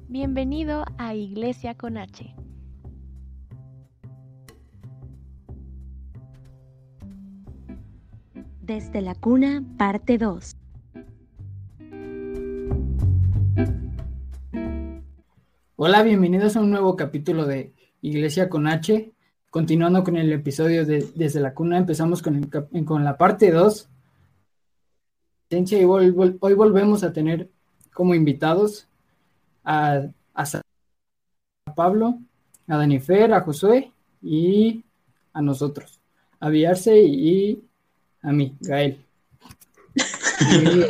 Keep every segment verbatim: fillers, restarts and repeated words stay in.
Bienvenido a Iglesia con H. Desde la cuna, parte dos. Hola, bienvenidos a un nuevo capítulo de Iglesia con H. Continuando con el episodio de Desde la cuna, empezamos con, el, con la parte dos. Y hoy, hoy volvemos a tener como invitados a, a Pablo, a Danifer, a Josué y a nosotros, a Villarse y a mí, Gael. Y...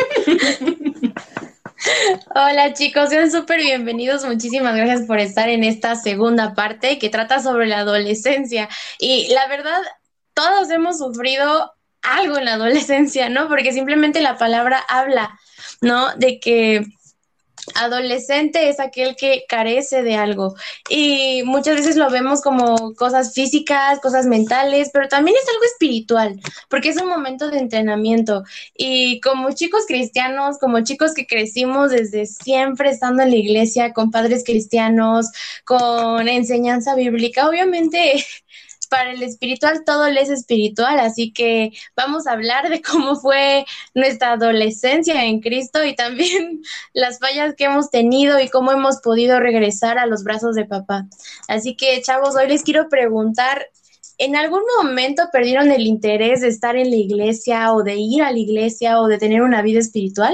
Hola chicos, sean súper bienvenidos. Muchísimas gracias por estar en esta segunda parte que trata sobre la adolescencia. Y la verdad, todos hemos sufrido algo en la adolescencia, ¿no? Porque simplemente la palabra habla, ¿no? De que adolescente es aquel que carece de algo y muchas veces lo vemos como cosas físicas, cosas mentales, pero también es algo espiritual, porque es un momento de entrenamiento y como chicos cristianos, como chicos que crecimos desde siempre estando en la iglesia con padres cristianos, con enseñanza bíblica, obviamente para el espiritual todo le es espiritual, así que vamos a hablar de cómo fue nuestra adolescencia en Cristo y también las fallas que hemos tenido y cómo hemos podido regresar a los brazos de papá. Así que, chavos, hoy les quiero preguntar, ¿en algún momento perdieron el interés de estar en la iglesia o de ir a la iglesia o de tener una vida espiritual?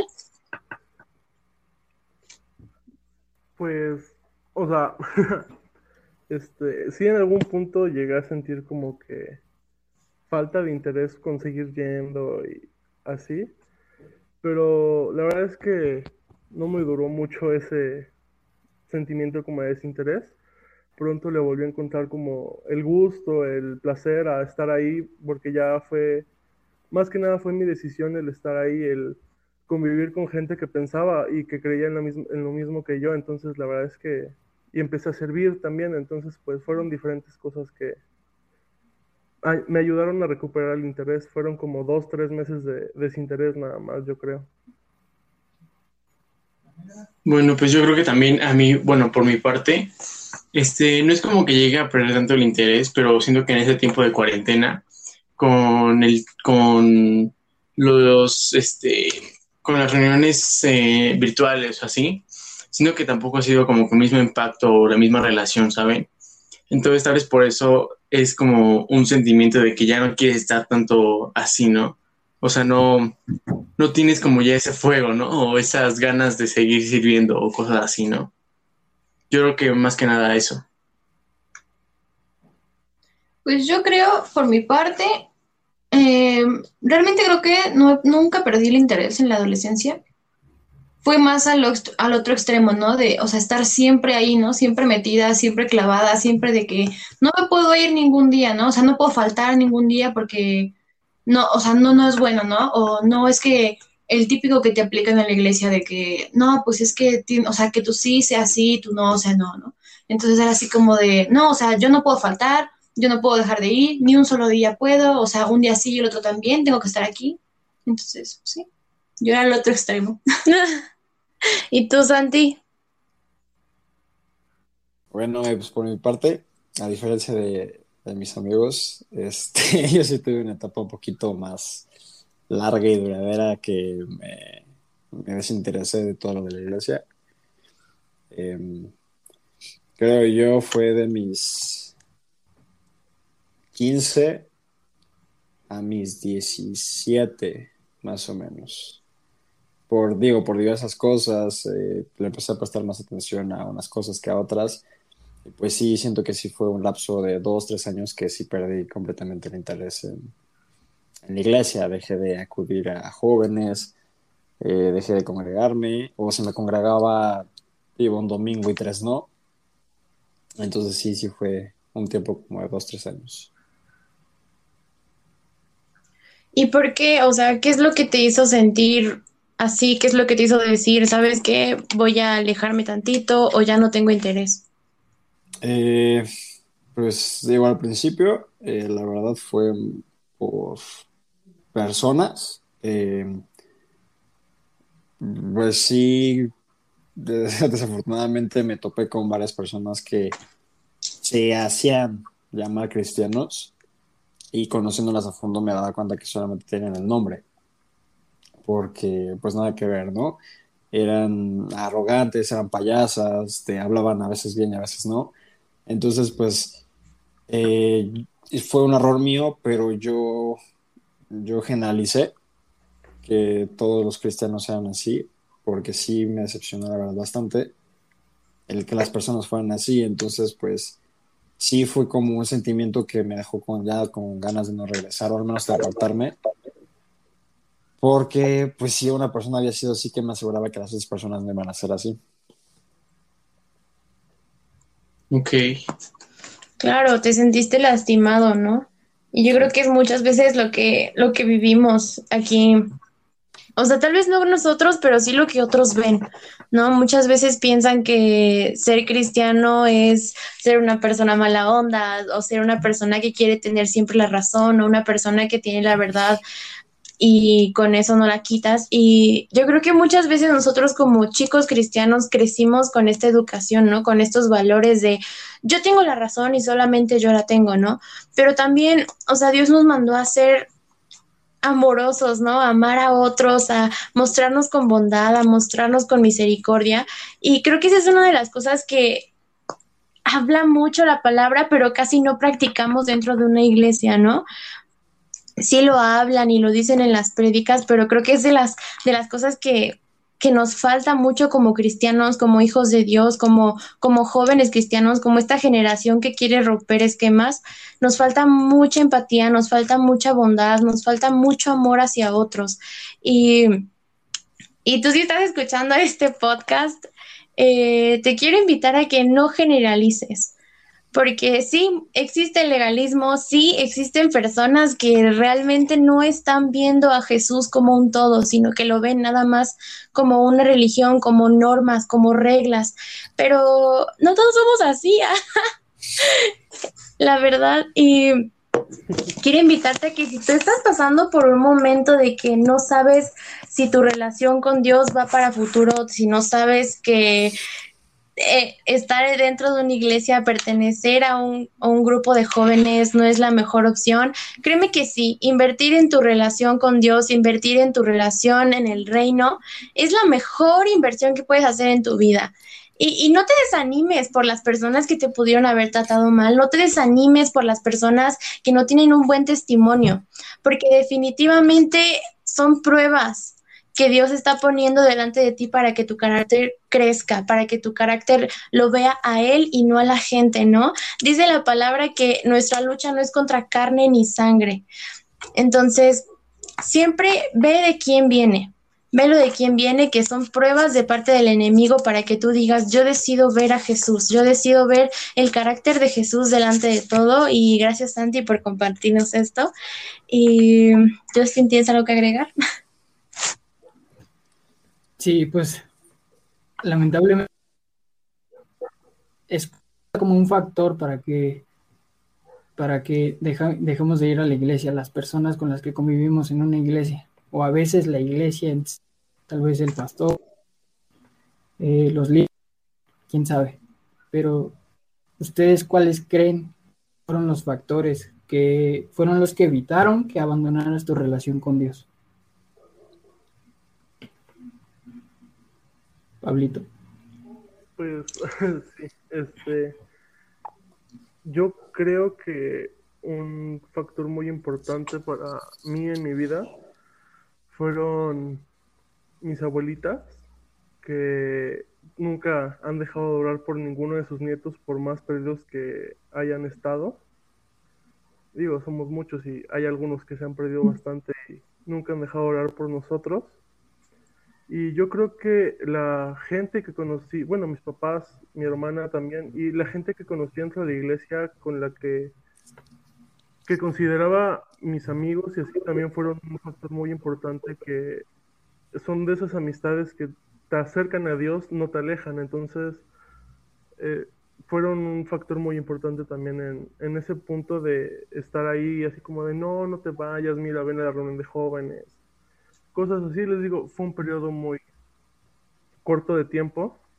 Pues, o sea... Este, sí, en algún punto llegué a sentir como que falta de interés con seguir yendo y así, pero la verdad es que no me duró mucho ese sentimiento como de desinterés. Pronto le volví a encontrar como el gusto, el placer a estar ahí, porque ya fue, más que nada fue mi decisión el estar ahí, el convivir con gente que pensaba y que creía en lo mismo, en lo mismo que yo. Entonces la verdad es que y empecé a servir también, entonces pues fueron diferentes cosas que ay, me ayudaron a recuperar el interés. Fueron como dos, tres meses de desinterés nada más, yo creo. Bueno, pues yo creo que también a mí, bueno, por mi parte, este, no es como que llegue a perder tanto el interés, pero siento que en ese tiempo de cuarentena, con el, con los, este, con las reuniones eh, virtuales o así, siento que tampoco ha sido como que el mismo impacto o la misma relación, ¿saben? Entonces tal vez por eso es como un sentimiento de que ya no quieres estar tanto así, ¿no? O sea, no, no tienes como ya ese fuego, ¿no? O esas ganas de seguir sirviendo o cosas así, ¿no? Yo creo que más que nada eso. Pues yo creo, por mi parte, eh, realmente creo que no, nunca perdí el interés en la adolescencia. Fue más al, al otro extremo, ¿no? De, o sea, estar siempre ahí, ¿no? Siempre metida, siempre clavada, siempre de que no me puedo ir ningún día, ¿no? O sea, no puedo faltar ningún día porque no, o sea, no, no es bueno, ¿no? O no es que el típico que te aplican en la iglesia de que, no, pues es que, o sea, que tú sí sea así, tú no, o sea, no, ¿no? Entonces era así como de, no, o sea, yo no puedo faltar, yo no puedo dejar de ir, ni un solo día puedo, o sea, un día sí y el otro también, tengo que estar aquí. Entonces, sí, yo era el otro extremo. ¿Y tú, Santi? Bueno, pues por mi parte, a diferencia de, de mis amigos, este, yo sí tuve una etapa un poquito más larga y duradera que me, me desinteresé de todo lo de la iglesia. Eh, creo yo fue de mis quince a mis diecisiete, más o menos. Por, digo, por diversas cosas, eh, le empecé a prestar más atención a unas cosas que a otras. Y pues sí, siento que sí fue un lapso de dos, tres años que sí perdí completamente el interés en, en la iglesia. Dejé de acudir a jóvenes, eh, dejé de congregarme, o se me congregaba, digo, un domingo y tres no. Entonces sí, sí fue un tiempo como de dos, tres años. ¿Y por qué? O sea, ¿qué es lo que te hizo sentir así? ¿Qué es lo que te hizo decir, sabes qué, voy a alejarme tantito o ya no tengo interés? Eh, pues digo, al principio, eh, la verdad fue por personas. Eh, pues sí, des- desafortunadamente me topé con varias personas que se hacían llamar cristianos y conociéndolas a fondo me daba cuenta que solamente tenían el nombre, porque pues nada que ver, ¿no? Eran arrogantes, eran payasas, te hablaban a veces bien y a veces no. Entonces, pues eh, fue un error mío, pero yo, yo generalicé que todos los cristianos sean así, porque sí me decepcionó la verdad bastante el que las personas fueran así. Entonces, pues sí fue como un sentimiento que me dejó con, ya con ganas de no regresar, o al menos de apartarme, porque pues si una persona había sido así, que me aseguraba que las otras personas no iban a ser así. Ok. Claro, te sentiste lastimado, ¿no? Y yo creo que es muchas veces lo que, lo que vivimos aquí. O sea, tal vez no nosotros, pero sí lo que otros ven, ¿no? Muchas veces piensan que ser cristiano es ser una persona mala onda o ser una persona que quiere tener siempre la razón o una persona que tiene la verdad y con eso no la quitas. Y yo creo que muchas veces nosotros como chicos cristianos crecimos con esta educación, ¿no? Con estos valores de yo tengo la razón y solamente yo la tengo, ¿no? Pero también, o sea, Dios nos mandó a ser amorosos, ¿no? A amar a otros, a mostrarnos con bondad, a mostrarnos con misericordia. Y creo que esa es una de las cosas que habla mucho la palabra, pero casi no practicamos dentro de una iglesia, ¿no? Sí lo hablan y lo dicen en las prédicas, pero creo que es de las, de las cosas que, que nos falta mucho como cristianos, como hijos de Dios, como, como jóvenes cristianos, como esta generación que quiere romper esquemas. Nos falta mucha empatía, nos falta mucha bondad, nos falta mucho amor hacia otros. Y, y tú si estás escuchando este podcast, eh, te quiero invitar a que no generalices. Porque sí, existe el legalismo, sí existen personas que realmente no están viendo a Jesús como un todo, sino que lo ven nada más como una religión, como normas, como reglas. Pero no todos somos así, la verdad. Y quiero invitarte a que si tú estás pasando por un momento de que no sabes si tu relación con Dios va para futuro, si no sabes que eh, estar dentro de una iglesia, pertenecer a un, a un grupo de jóvenes no es la mejor opción. Créeme que sí, invertir en tu relación con Dios, invertir en tu relación en el reino, es la mejor inversión que puedes hacer en tu vida. Y, y no te desanimes por las personas que te pudieron haber tratado mal, no te desanimes por las personas que no tienen un buen testimonio, porque definitivamente son pruebas que Dios está poniendo delante de ti para que tu carácter crezca, para que tu carácter lo vea a Él y no a la gente, ¿no? Dice la palabra que nuestra lucha no es contra carne ni sangre. Entonces, siempre ve de quién viene, ve lo de quién viene, que son pruebas de parte del enemigo para que tú digas, yo decido ver a Jesús, yo decido ver el carácter de Jesús delante de todo. Y gracias, Santi, por compartirnos esto. Y Justin, ¿tienes algo que agregar? Sí, pues lamentablemente es como un factor para que para que deja, dejemos de ir a la iglesia, las personas con las que convivimos en una iglesia, o a veces la iglesia, en sí, tal vez el pastor, eh, los líderes, quién sabe. Pero ¿ustedes cuáles creen fueron los factores que fueron los que evitaron que abandonaras tu relación con Dios? Pablito. Pues sí, este, yo creo que un factor muy importante para mí en mi vida fueron mis abuelitas, que nunca han dejado de orar por ninguno de sus nietos, por más perdidos que hayan estado. Digo, somos muchos y hay algunos que se han perdido bastante y nunca han dejado de orar por nosotros. Y yo creo que la gente que conocí, bueno, mis papás, mi hermana también, y la gente que conocí dentro de la iglesia con la que, que consideraba mis amigos y así también fueron un factor muy importante, que son de esas amistades que te acercan a Dios, no te alejan. Entonces, eh, fueron un factor muy importante también en, en ese punto de estar ahí, así como de no, no te vayas, mira, ven a la reunión de jóvenes. Cosas así, les digo, fue un periodo muy corto de tiempo,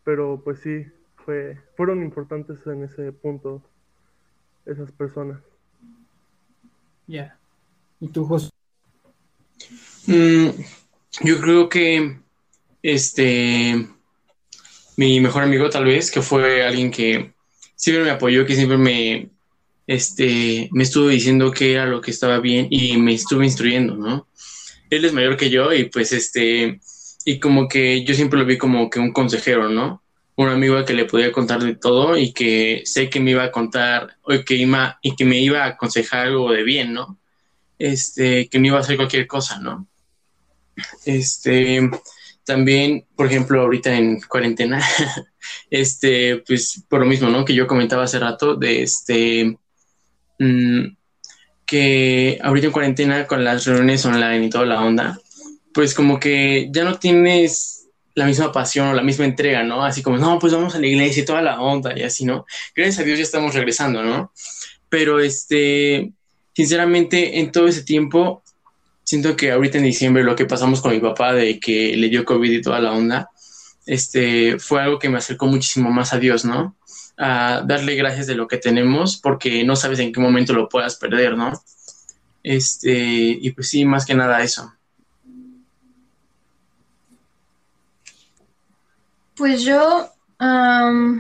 pero pues sí, fue, fueron importantes en ese punto esas personas. Ya. Yeah. ¿Y tú, José? Mm, yo creo que este mi mejor amigo tal vez, que fue alguien que siempre me apoyó, que siempre me este me estuvo diciendo qué era lo que estaba bien y me estuvo instruyendo, ¿no? Él es mayor que yo y pues este y como que yo siempre lo vi como que un consejero, ¿no? Un amigo al que le podía contar de todo y que sé que me iba a contar o que iba y que me iba a aconsejar algo de bien, ¿no? Este, que no iba a hacer cualquier cosa, ¿no? Este, también, por ejemplo, ahorita en cuarentena, este, pues por lo mismo, ¿no? Que yo comentaba hace rato de este, mmm, que ahorita en cuarentena con las reuniones online y toda la onda, pues como que ya no tienes la misma pasión o la misma entrega, ¿no? Así como, no, pues vamos a la iglesia y toda la onda y así, ¿no? Gracias a Dios ya estamos regresando, ¿no? Pero este, sinceramente, en todo ese tiempo, siento que ahorita en diciembre lo que pasamos con mi papá de que le dio COVID y toda la onda, este, fue algo que me acercó muchísimo más a Dios, ¿no? A darle gracias de lo que tenemos porque no sabes en qué momento lo puedas perder, ¿no? Este, y pues sí, más que nada eso. Pues yo, um,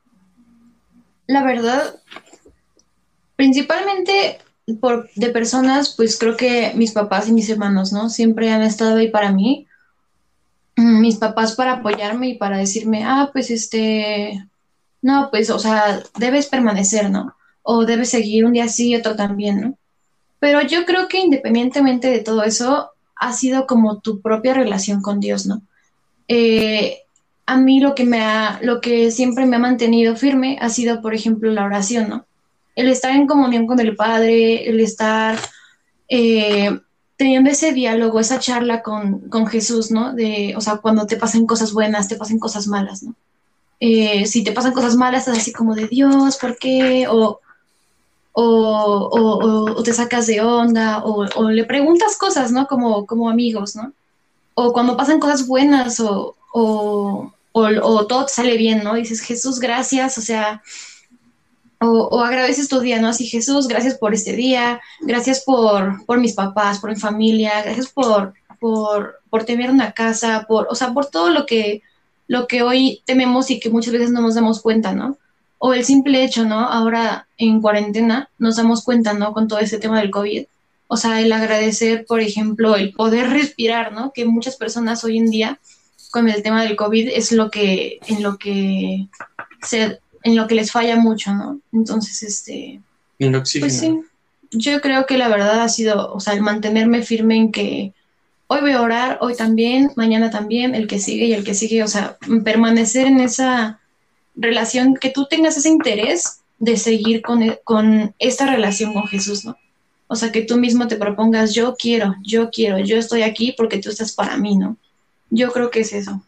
la verdad, principalmente por de personas, pues creo que mis papás y mis hermanos, ¿no? Siempre han estado ahí para mí. Mis papás para apoyarme y para decirme, ah, pues este, no, pues, o sea, debes permanecer, ¿no? O debes seguir un día sí y otro también, ¿no? Pero yo creo que independientemente de todo eso, ha sido como tu propia relación con Dios, ¿no? Eh, a mí lo que me ha, lo que siempre me ha mantenido firme ha sido, por ejemplo, la oración, ¿no? El estar en comunión con el Padre, el estar eh, teniendo ese diálogo, esa charla con, con Jesús, ¿no? De, o sea, cuando te pasan cosas buenas, te pasan cosas malas, ¿no? Eh, si te pasan cosas malas, estás así como de Dios, ¿por qué? O, o, o, o te sacas de onda, o, o le preguntas cosas, ¿no? Como, como amigos, ¿no? O cuando pasan cosas buenas, o, o, o, o todo te sale bien, ¿no? Dices, Jesús, gracias, o sea, o, o agradeces tu día, ¿no? Así, Jesús, gracias por este día, gracias por, por mis papás, por mi familia, gracias por, por, por tener una casa, por, o sea, por todo lo que, lo que hoy tememos y que muchas veces no nos damos cuenta, ¿no? O el simple hecho, ¿no? Ahora en cuarentena nos damos cuenta, ¿no? Con todo este tema del COVID. O sea, el agradecer, por ejemplo, el poder respirar, ¿no? Que muchas personas hoy en día, con el tema del COVID, es lo que, en lo que se, en lo que les falla mucho, ¿no? Entonces, este... El oxígeno. Pues sí, yo creo que la verdad ha sido, o sea, el mantenerme firme en que hoy voy a orar, hoy también, mañana también, el que sigue y el que sigue, o sea, permanecer en esa relación, que tú tengas ese interés de seguir con, con esta relación con Jesús, ¿no? O sea, que tú mismo te propongas, yo quiero, yo quiero, yo estoy aquí porque tú estás para mí, ¿no? Yo creo que es eso.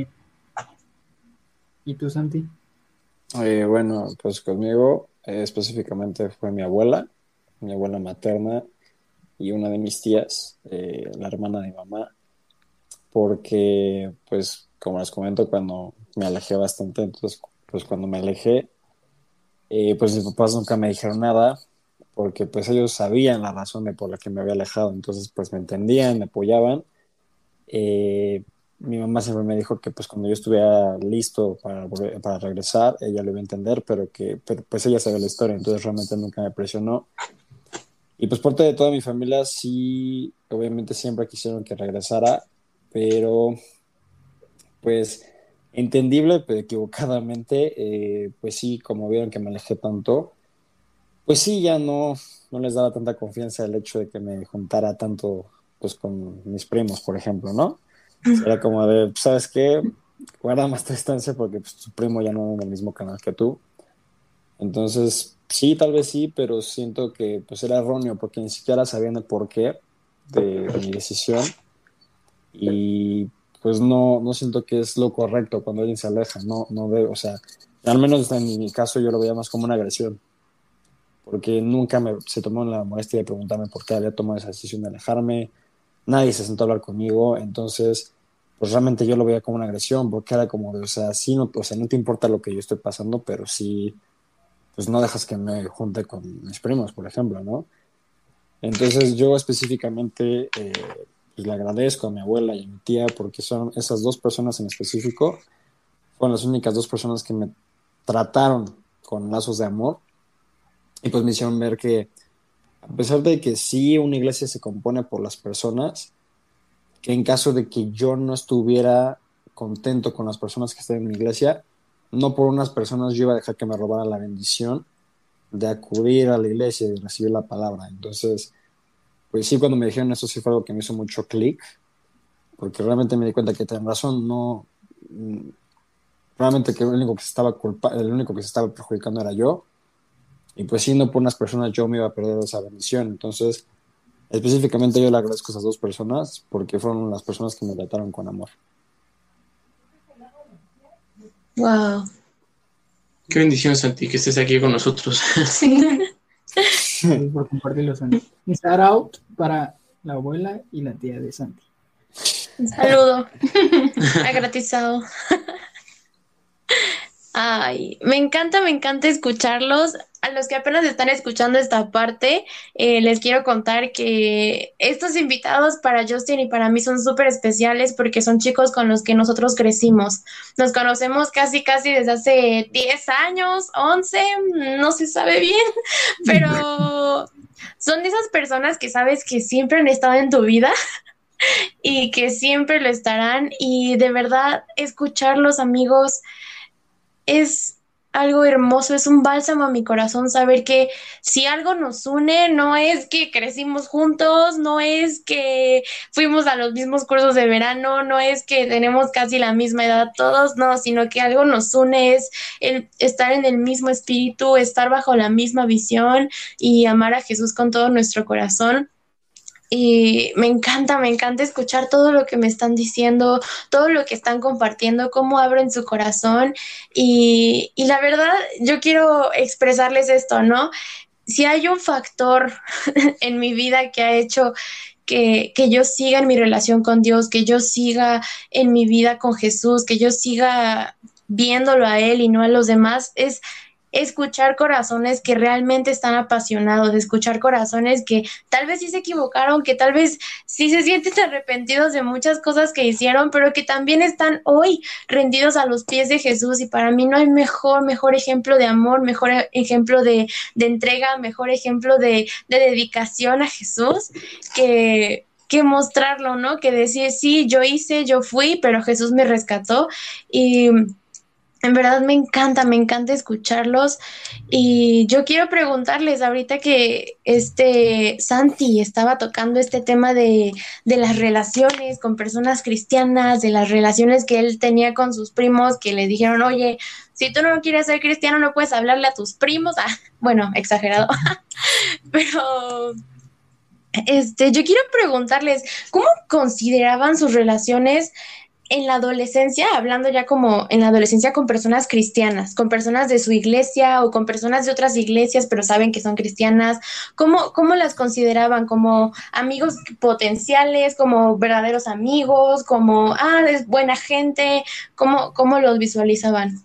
¿Y tú, Santi? Eh, bueno, pues conmigo eh, específicamente fue mi abuela, mi abuela materna y una de mis tías, eh, la hermana de mi mamá, porque, pues, como les comento, cuando me alejé bastante, entonces, pues cuando me alejé, eh, pues mis papás nunca me dijeron nada, porque pues ellos sabían la razón de por la que me había alejado, entonces pues me entendían, me apoyaban. Eh, mi mamá siempre me dijo que pues cuando yo estuviera listo para, volver- para regresar, ella lo iba a entender, pero que pero, pues ella sabía la historia, entonces realmente nunca me presionó. Y pues parte de toda mi familia sí, obviamente siempre quisieron que regresara, pero pues entendible, pero equivocadamente, eh, pues sí, como vieron que me alejé tanto, pues sí, ya no, no les daba tanta confianza el hecho de que me juntara tanto pues con mis primos, por ejemplo, ¿no? Era como de, pues, ¿sabes qué? Guarda más tu distancia porque pues, tu primo ya no anda en el mismo canal que tú. Entonces, sí, tal vez sí, pero siento que pues era erróneo porque ni siquiera sabían el porqué de, de mi decisión y pues no, no siento que es lo correcto cuando alguien se aleja, no, no veo, o sea, al menos en mi caso yo lo veía más como una agresión, porque nunca me, se tomó la molestia de preguntarme por qué había tomado esa decisión de alejarme, nadie se sentó a hablar conmigo, entonces pues realmente yo lo veía como una agresión, porque era como de, o sea, sí, no, o sea, no te importa lo que yo estoy pasando, pero sí, pues no dejas que me junte con mis primos, por ejemplo, ¿no? Entonces yo específicamente eh, pues le agradezco a mi abuela y a mi tía porque son esas dos personas en específico, fueron las únicas dos personas que me trataron con lazos de amor y pues me hicieron ver que a pesar de que sí una iglesia se compone por las personas, que en caso de que yo no estuviera contento con las personas que están en mi iglesia, no por unas personas yo iba a dejar que me robaran la bendición de acudir a la iglesia y recibir la palabra. Entonces, pues sí, cuando me dijeron eso sí fue algo que me hizo mucho clic, porque realmente me di cuenta que tenían razón, no, realmente que el único que se estaba culpa, el único que se estaba perjudicando era yo, y pues siendo por unas personas yo me iba a perder esa bendición. Entonces, específicamente yo le agradezco a esas dos personas porque fueron las personas que me trataron con amor. Wow. Qué bendición, Santi, que estés aquí con nosotros. Sí. Gracias por compartirlo, Santi. Un shout out para la abuela y la tía de Santi. Un saludo. Agratizado. Ay, me encanta, me encanta escucharlos. A los que apenas están escuchando esta parte, eh, les quiero contar que estos invitados para Justin y para mí son súper especiales porque son chicos con los que nosotros crecimos. Nos conocemos casi, casi desde hace diez años, once, no se sabe bien, pero son de esas personas que sabes que siempre han estado en tu vida y que siempre lo estarán. Y de verdad, escucharlos, amigos, es algo hermoso, es un bálsamo a mi corazón saber que si algo nos une, no es que crecimos juntos, no es que fuimos a los mismos cursos de verano, no es que tenemos casi la misma edad todos, no, sino que algo nos une es el estar en el mismo espíritu, estar bajo la misma visión y amar a Jesús con todo nuestro corazón. Y me encanta, me encanta escuchar todo lo que me están diciendo, todo lo que están compartiendo, cómo abren su corazón. Y, y la verdad, yo quiero expresarles esto, ¿no? Si hay un factor en mi vida que ha hecho que, que yo siga en mi relación con Dios, que yo siga en mi vida con Jesús, que yo siga viéndolo a Él y no a los demás, es escuchar corazones que realmente están apasionados, escuchar corazones que tal vez sí se equivocaron, que tal vez sí se sienten arrepentidos de muchas cosas que hicieron, pero que también están hoy rendidos a los pies de Jesús. Y para mí no hay mejor, mejor ejemplo de amor, mejor ejemplo de, de entrega, mejor ejemplo de, de dedicación a Jesús que... que mostrarlo, ¿no? Que decir, sí, yo hice, yo fui, pero Jesús me rescató. Y en verdad me encanta, me encanta escucharlos. Y yo quiero preguntarles, ahorita que este Santi estaba tocando este tema de, de las relaciones con personas cristianas, de las relaciones que él tenía con sus primos, que le dijeron, oye, si tú no quieres ser cristiano, no puedes hablarle a tus primos. Ah, bueno, exagerado. Pero este, yo quiero preguntarles, ¿cómo consideraban sus relaciones en la adolescencia, hablando ya como en la adolescencia con personas cristianas, con personas de su iglesia o con personas de otras iglesias, pero saben que son cristianas? ¿Cómo, cómo las consideraban? ¿Como amigos potenciales, como verdaderos amigos, como, ah, es buena gente? ¿Cómo, cómo los visualizaban?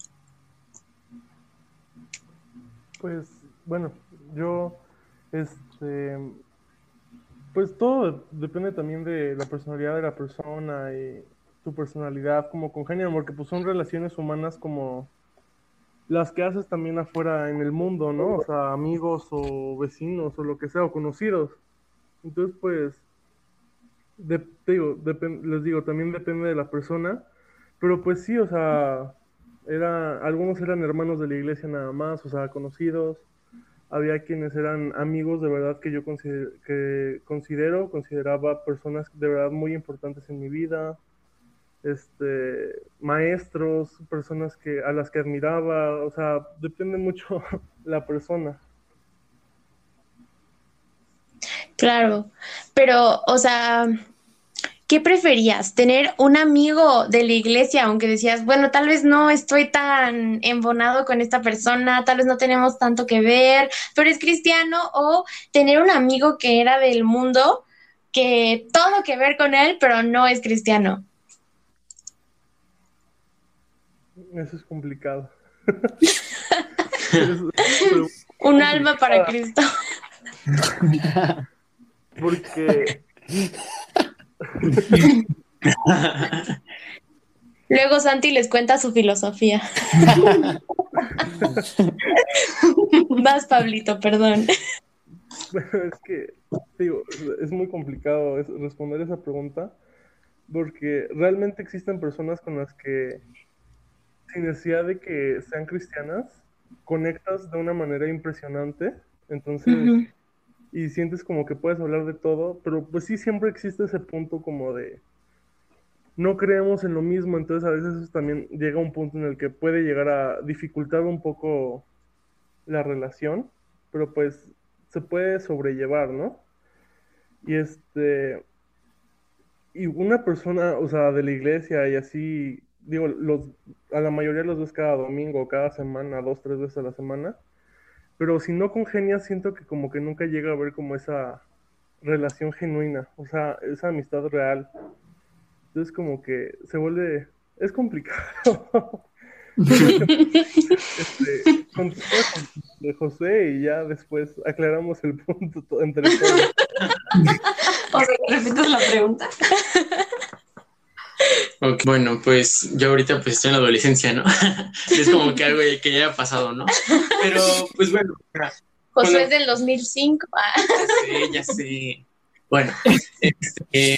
Pues, bueno, yo, este, pues todo depende también de la personalidad de la persona y tu personalidad, como congenian, porque pues son relaciones humanas como las que haces también afuera en el mundo, ¿no? O sea, amigos o vecinos o lo que sea, o conocidos. Entonces, pues, de, te digo, depend, les digo, también depende de la persona, pero pues sí, o sea, era, algunos eran hermanos de la iglesia nada más, o sea, conocidos. Había quienes eran amigos de verdad que yo consider, que considero, consideraba personas de verdad muy importantes en mi vida. Este, maestros, personas que, a las que admiraba, o sea, depende mucho la persona. Claro, pero, o sea, ¿qué preferías? ¿Tener un amigo de la iglesia, aunque decías, bueno, tal vez no estoy tan embonado con esta persona, tal vez no tenemos tanto que ver, pero es cristiano? ¿O tener un amigo que era del mundo, que todo que ver con él, pero no es cristiano? Eso es complicado. Es- es Un alma para Cristo. Porque Luego Santi les cuenta su filosofía. Vas, Pablito, perdón. bueno, es que, digo, es muy complicado es- responder esa pregunta, porque realmente existen personas con las que, sin necesidad de que sean cristianas, conectas de una manera impresionante. Entonces, Ujú. y sientes como que puedes hablar de todo, pero pues sí siempre existe ese punto como de no creemos en lo mismo, entonces a veces eso también llega a un punto en el que puede llegar a dificultar un poco la relación, pero pues se puede sobrellevar, ¿no? Y este, y una persona, o sea, de la iglesia y así, digo, los, a la mayoría los ves cada domingo, cada semana, dos, tres veces a la semana, pero si no congenias, siento que como que nunca llega a haber como esa relación genuina, o sea, esa amistad real. Entonces como que se vuelve, es complicado. Este, continúa con de José y ya después aclaramos el punto to- entre todos. O sea, ¿repites la pregunta? Ok, bueno, pues yo ahorita pues estoy en la adolescencia, ¿no? Es como que algo que ya ha pasado, ¿no? Pero pues bueno, ya Josué Bueno. es del dos mil cinco. Ah. sé, ya sé. Bueno, este,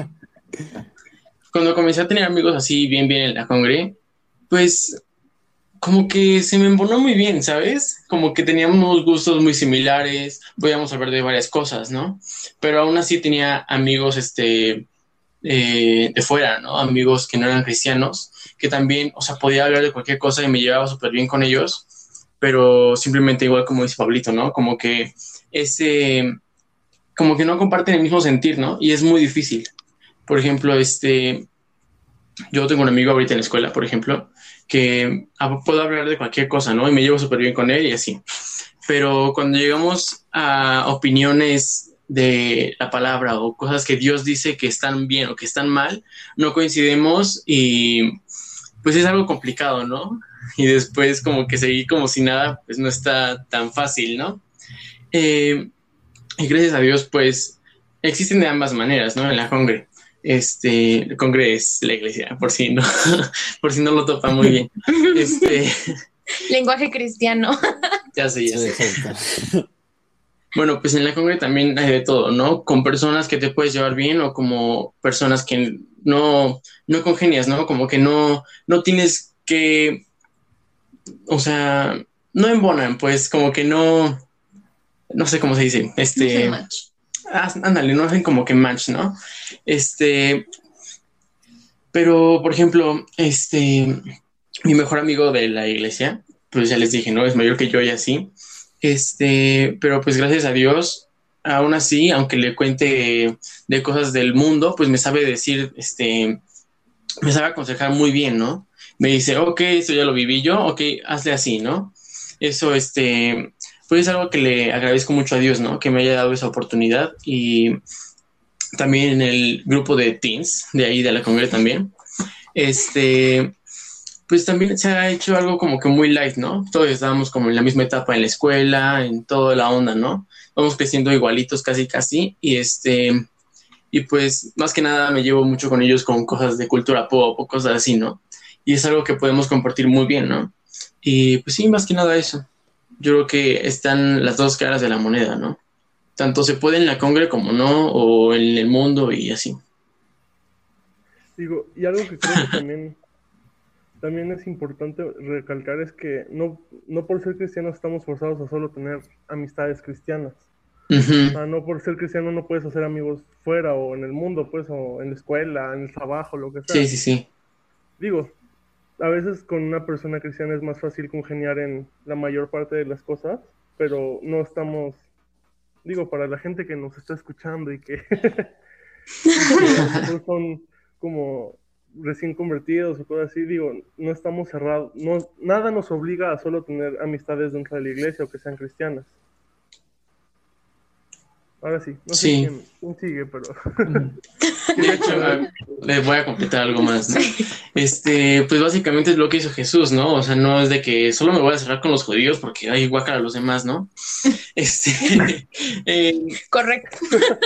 cuando comencé a tener amigos así bien, bien en la congre, pues como que se me embonó muy bien, ¿sabes? Como que teníamos gustos muy similares, podíamos hablar de varias cosas, ¿no? Pero aún así tenía amigos, este, eh, de fuera, ¿no? Amigos que no eran cristianos, que también, o sea, podía hablar de cualquier cosa y me llevaba súper bien con ellos, pero simplemente igual como dice Pablito, ¿no? Como que ese, como que no comparten el mismo sentir, ¿no? Y es muy difícil. Por ejemplo, este, yo tengo un amigo ahorita en la escuela, por ejemplo, que ah, puedo hablar de cualquier cosa, ¿no? Y me llevo súper bien con él y así. Pero cuando llegamos a opiniones de la palabra o cosas que Dios dice que están bien o que están mal, no coincidimos y pues es algo complicado, ¿no? Y después como que seguir como si nada, pues no está tan fácil, ¿no? Eh, y gracias a Dios, pues existen de ambas maneras, ¿no? En la congre. Este, el congre es la iglesia, por si no, por si no lo topa muy bien. Este, Lenguaje cristiano. ya sé, ya Sí, sé. exacto. Bueno, pues en la congre también hay de todo, ¿no? Con personas que te puedes llevar bien o como personas que no, no congenias, ¿no? Como que no, no tienes que, o sea, no embonan, pues como que no, no sé cómo se dice, No sé, este, match. ah, ándale, no hacen como que match, ¿no? Este, pero por ejemplo, este, mi mejor amigo de la iglesia, pues ya les dije, ¿no? Es mayor que yo y así. Este, pero pues gracias a Dios, aún así, aunque le cuente de cosas del mundo, pues me sabe decir, este, me sabe aconsejar muy bien, ¿no? Me dice, ok, esto ya lo viví yo, ok, hazle así, ¿no? Eso, este, pues es algo que le agradezco mucho a Dios, ¿no? Que me haya dado esa oportunidad y también en el grupo de teens, de ahí de la congre también, este, pues también se ha hecho algo como que muy light, ¿no? Todos estábamos como en la misma etapa en la escuela, en toda la onda, ¿no? Vamos creciendo igualitos casi casi y este, y pues más que nada me llevo mucho con ellos con cosas de cultura pop o cosas así, ¿no? Y es algo que podemos compartir muy bien, ¿no? Y pues sí, más que nada eso. Yo creo que están las dos caras de la moneda, ¿no? Tanto se puede en la congre como no, o en el mundo y así. Digo, y algo que creo que también, también es importante recalcar es que no, no por ser cristianos estamos forzados a solo tener amistades cristianas. O Ujú. sea, no por ser cristiano no puedes hacer amigos fuera o en el mundo, pues, o en la escuela, en el trabajo, lo que sea. Sí, sí, sí. Digo, a veces con una persona cristiana es más fácil congeniar en la mayor parte de las cosas, pero no estamos, digo, para la gente que nos está escuchando y que, y que a lo mejor son como recién convertidos o cosas así, digo, no estamos cerrados, no, nada nos obliga a solo tener amistades dentro de la iglesia o que sean cristianas. Ahora sí, no sé Sí. quién, quién sigue, pero... De hecho, a- les voy a completar algo más, ¿no? Este, pues básicamente es lo que hizo Jesús, ¿no? O sea, no es de que solo me voy a cerrar con los judíos porque hay guácala a los demás, ¿no? Este, eh, Correcto.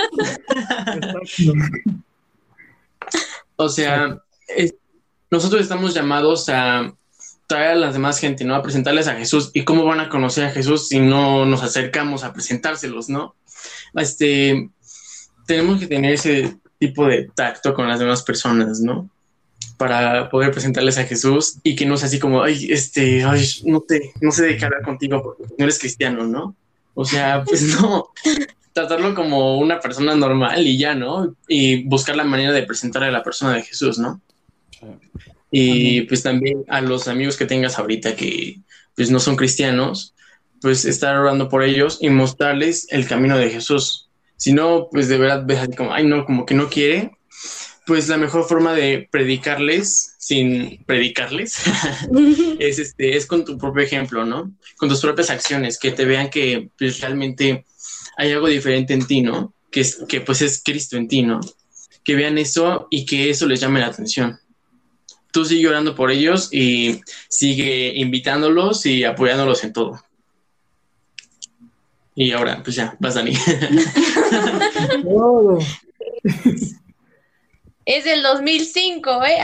o sea, es- nosotros estamos llamados a traer a las demás gente, ¿no? A presentarles a Jesús. ¿Y cómo van a conocer a Jesús si no nos acercamos a presentárselos, ¿no? Este, tenemos que tener ese tipo de tacto con las demás personas, ¿no? Para poder presentarles a Jesús y que no sea así como, ay, este, ay, no te, no sé de qué hablar contigo porque no eres cristiano, ¿no? O sea, pues no, tratarlo como una persona normal y ya, ¿no? Y buscar la manera de presentar a la persona de Jesús, ¿no? Y pues también a los amigos que tengas ahorita que pues no son cristianos, pues estar orando por ellos y mostrarles el camino de Jesús. Si no, pues de verdad ves así como, ay no, como que no quiere, pues la mejor forma de predicarles sin predicarles es, este, es con tu propio ejemplo, ¿no? Con tus propias acciones, que te vean que pues, realmente hay algo diferente en ti, ¿no? Que, es, que pues es Cristo en ti, ¿no? Que vean eso y que eso les llame la atención. Tú sigue orando por ellos y sigue invitándolos y apoyándolos en todo. Y ahora, pues ya, vas, Dani. Todo. Es del dos mil cinco, ¿eh?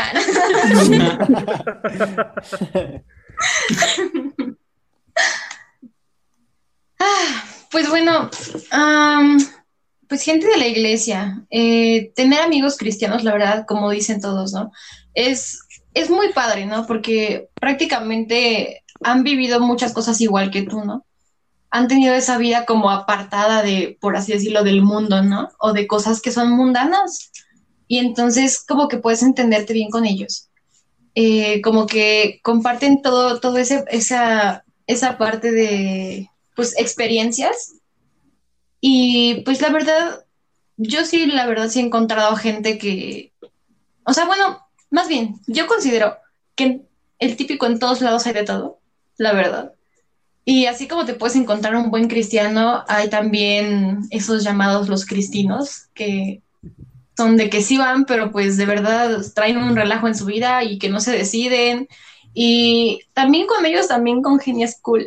Ah, pues bueno, am, pues gente de la iglesia, eh, tener amigos cristianos, la verdad, como dicen todos, ¿no? Es, es muy padre, ¿no? Porque prácticamente han vivido muchas cosas igual que tú, ¿no? Han tenido esa vida como apartada de, por así decirlo, del mundo, ¿no? O de cosas que son mundanas. Y entonces como que puedes entenderte bien con ellos. Eh, como que comparten todo, todo ese, esa, esa parte de, pues, experiencias. Y pues la verdad, yo sí, la verdad sí he encontrado gente que, o sea, bueno, más bien, yo considero que el típico en todos lados hay de todo, la verdad. Y así como te puedes encontrar un buen cristiano, hay también esos llamados los cristinos, que son de que sí van, pero pues de verdad traen un relajo en su vida y que no se deciden. Y también con ellos también congenias cool.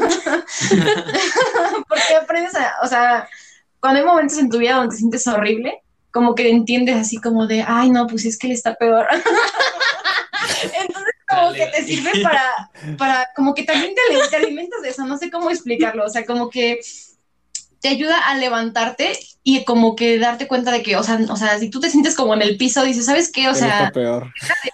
Porque aprendes a, o sea, cuando hay momentos en tu vida donde te sientes horrible, como que entiendes así como de, ay no, pues es que él está peor. Entonces como que te sirve para, para como que también te, te alimentas de eso, no sé cómo explicarlo, o sea, como que te ayuda a levantarte y como que darte cuenta de que, o sea, o sea, si tú te sientes como en el piso, dices, ¿sabes qué? O Él sea, está peor.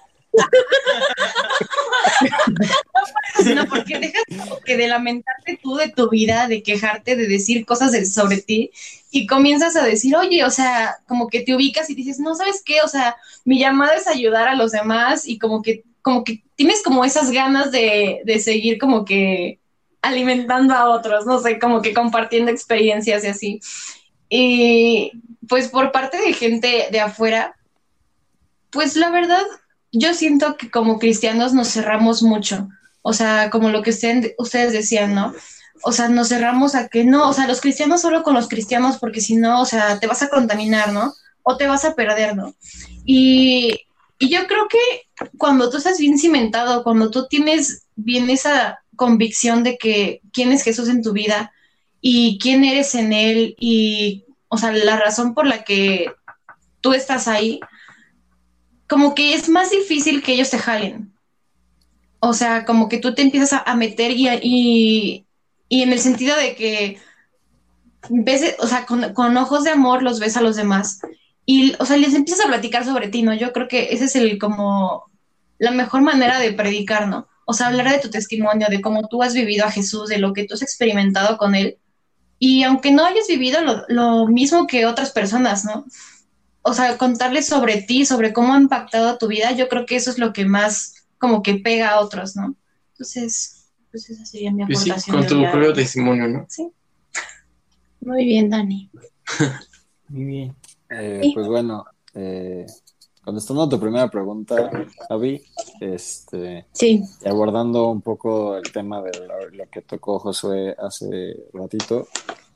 sino porque dejas como que de lamentarte tú de tu vida, de quejarte, de decir cosas de, sobre ti y comienzas a decir, oye, o sea, como que te ubicas y dices, no, ¿sabes qué? O sea, mi llamada es ayudar a los demás y como que, como que tienes como esas ganas de, de seguir como que alimentando a otros, no sé, como que compartiendo experiencias y así. Y pues por parte de gente de afuera, pues la verdad, yo siento que como cristianos nos cerramos mucho. O sea, como lo que usted, ustedes decían, ¿no? O sea, nos cerramos a que no, o sea, los cristianos solo con los cristianos, porque si no, o sea, te vas a contaminar, ¿no? O te vas a perder, ¿no? Y, y yo creo que cuando tú estás bien cimentado, cuando tú tienes bien esa convicción de que quién es Jesús en tu vida y quién eres en él y, o sea, la razón por la que tú estás ahí, como que es más difícil que ellos te jalen. O sea, como que tú te empiezas a, a meter y, y, y en el sentido de que ves, o sea, con, con ojos de amor los ves a los demás. Y, o sea, les empiezas a platicar sobre ti, ¿no? Yo creo que ese es el como la mejor manera de predicar, ¿no? O sea, hablar de tu testimonio, de cómo tú has vivido a Jesús, de lo que tú has experimentado con él. Y aunque no hayas vivido lo, lo mismo que otras personas, ¿no? O sea, contarles sobre ti, sobre cómo ha impactado tu vida, yo creo que eso es lo que más como que pega a otros, ¿no? Entonces, pues esa sería mi Pues sí, aportación. con tu del día de propio hoy. testimonio, ¿no? Sí. Muy bien, Dani. Muy bien. Eh, Sí. pues bueno, eh, contestando a tu primera pregunta, Javi, este, Sí. y abordando un poco el tema de lo, lo que tocó Josué hace ratito,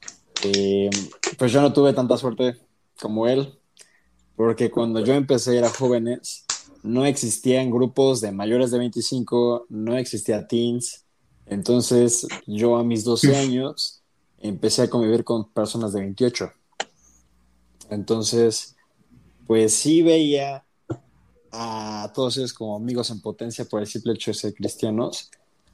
Eh, pues yo no tuve tanta suerte como él, porque cuando yo empecé a ir a jóvenes, no existían grupos de mayores de veinticinco, no existía teens. Entonces yo a mis doce años empecé a convivir con personas de veintiocho. Entonces, pues sí veía a todos ellos como amigos en potencia por el simple hecho de ser cristianos,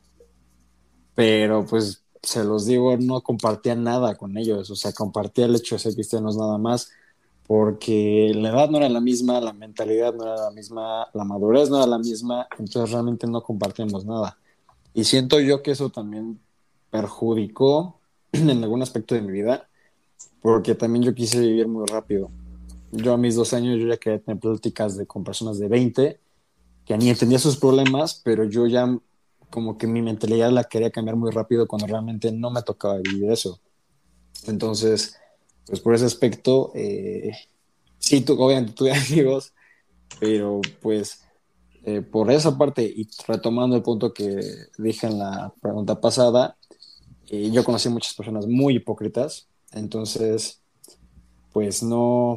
pero pues se los digo, no compartía nada con ellos, o sea, compartía el hecho de ser cristianos nada más, porque la edad no era la misma, la mentalidad no era la misma, la madurez no era la misma, entonces realmente no compartíamos nada. Y siento yo que eso también perjudicó en algún aspecto de mi vida, porque también yo quise vivir muy rápido. Yo a mis dos años yo ya quería tener pláticas de, con personas de veinte, que ni entendía sus problemas, pero yo ya como que mi mentalidad la quería cambiar muy rápido cuando realmente no me tocaba vivir eso. Entonces, pues por ese aspecto, eh, sí, tu, obviamente tuve amigos, pero pues eh, por esa parte, y retomando el punto que dije en la pregunta pasada, eh, yo conocí muchas personas muy hipócritas, entonces, pues no,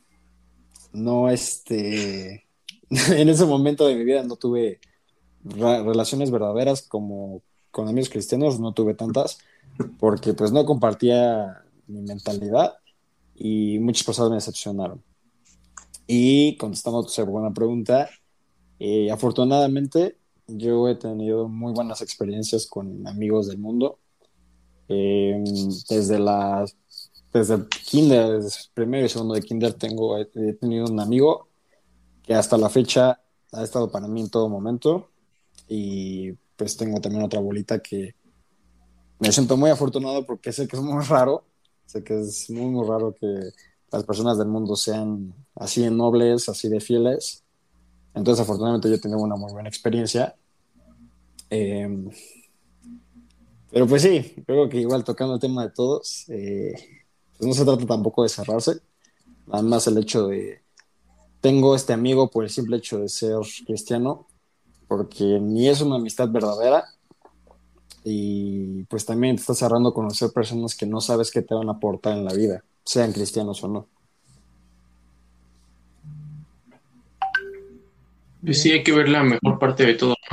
no, este, en ese momento de mi vida no tuve ra- relaciones verdaderas como con amigos cristianos, no tuve tantas, porque pues no compartía mi mentalidad y muchas personas me decepcionaron. Y contestando a tu segunda pregunta, eh, afortunadamente yo he tenido muy buenas experiencias con amigos del mundo. Eh, desde la, desde el kinder, desde primero y segundo de kinder tengo, he, he tenido un amigo que hasta la fecha ha estado para mí en todo momento. Y pues tengo también otra bolita que me siento muy afortunado porque sé que es muy raro, sé que es muy, muy raro que las personas del mundo sean así de nobles, así de fieles. Entonces, afortunadamente, yo he tenido una muy buena experiencia. Eh, pero pues sí, creo que igual tocando el tema de todos, eh, pues no se trata tampoco de cerrarse, nada más el hecho de, tengo este amigo por el simple hecho de ser cristiano, porque ni es una amistad verdadera, y pues también te estás cerrando a conocer personas que no sabes qué te van a aportar en la vida, sean cristianos o no. Pues sí, hay que ver la mejor parte de todo.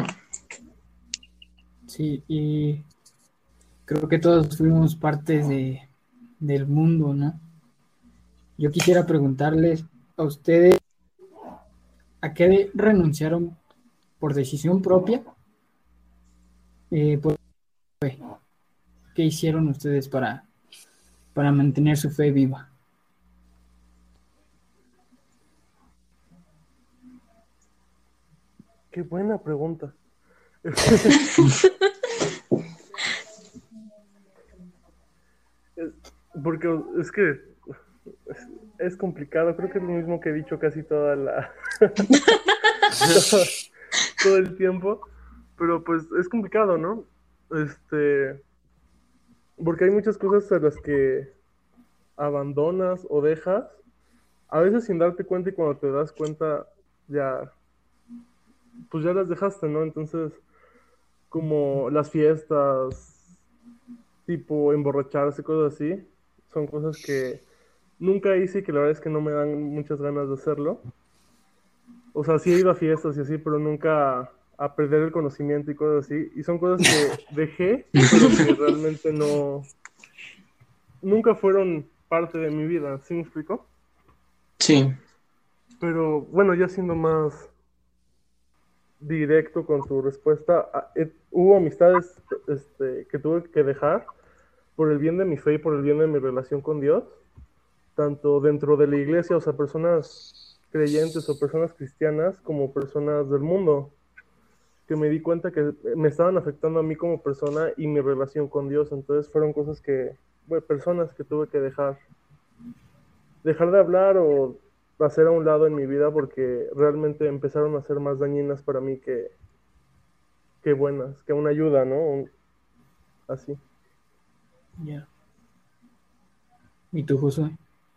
Sí, y creo que todos fuimos parte de, del mundo, ¿no? Yo quisiera preguntarles a ustedes, ¿a qué renunciaron por decisión propia? Eh, por- ¿Qué hicieron ustedes para, para mantener su fe viva? Qué buena pregunta. Es- Porque es que es, es complicado, creo que es lo mismo que he dicho casi toda la todo, todo el tiempo, pero pues es complicado, ¿no? Este, porque hay muchas cosas a las que abandonas o dejas, a veces sin darte cuenta y cuando te das cuenta ya, pues ya las dejaste, ¿no? Entonces, como las fiestas, tipo emborracharse, cosas así, son cosas que nunca hice y que la verdad es que no me dan muchas ganas de hacerlo. O sea, sí he ido a fiestas y así, pero nunca a perder el conocimiento y cosas así. Y son cosas que dejé, pero que realmente no, nunca fueron parte de mi vida, ¿sí me explico? Sí. Pero bueno, ya siendo más directo con tu respuesta, ah, eh, hubo amistades este, que tuve que dejar por el bien de mi fe y por el bien de mi relación con Dios, tanto dentro de la iglesia, o sea, personas creyentes o personas cristianas, como personas del mundo, que me di cuenta que me estaban afectando a mí como persona y mi relación con Dios. Entonces fueron cosas que, bueno, personas que tuve que dejar, dejar de hablar o hacer a un lado en mi vida porque realmente empezaron a ser más dañinas para mí que, que buenas, que una ayuda, ¿no? Un- Así. Ya. ¿Y tú, Josué?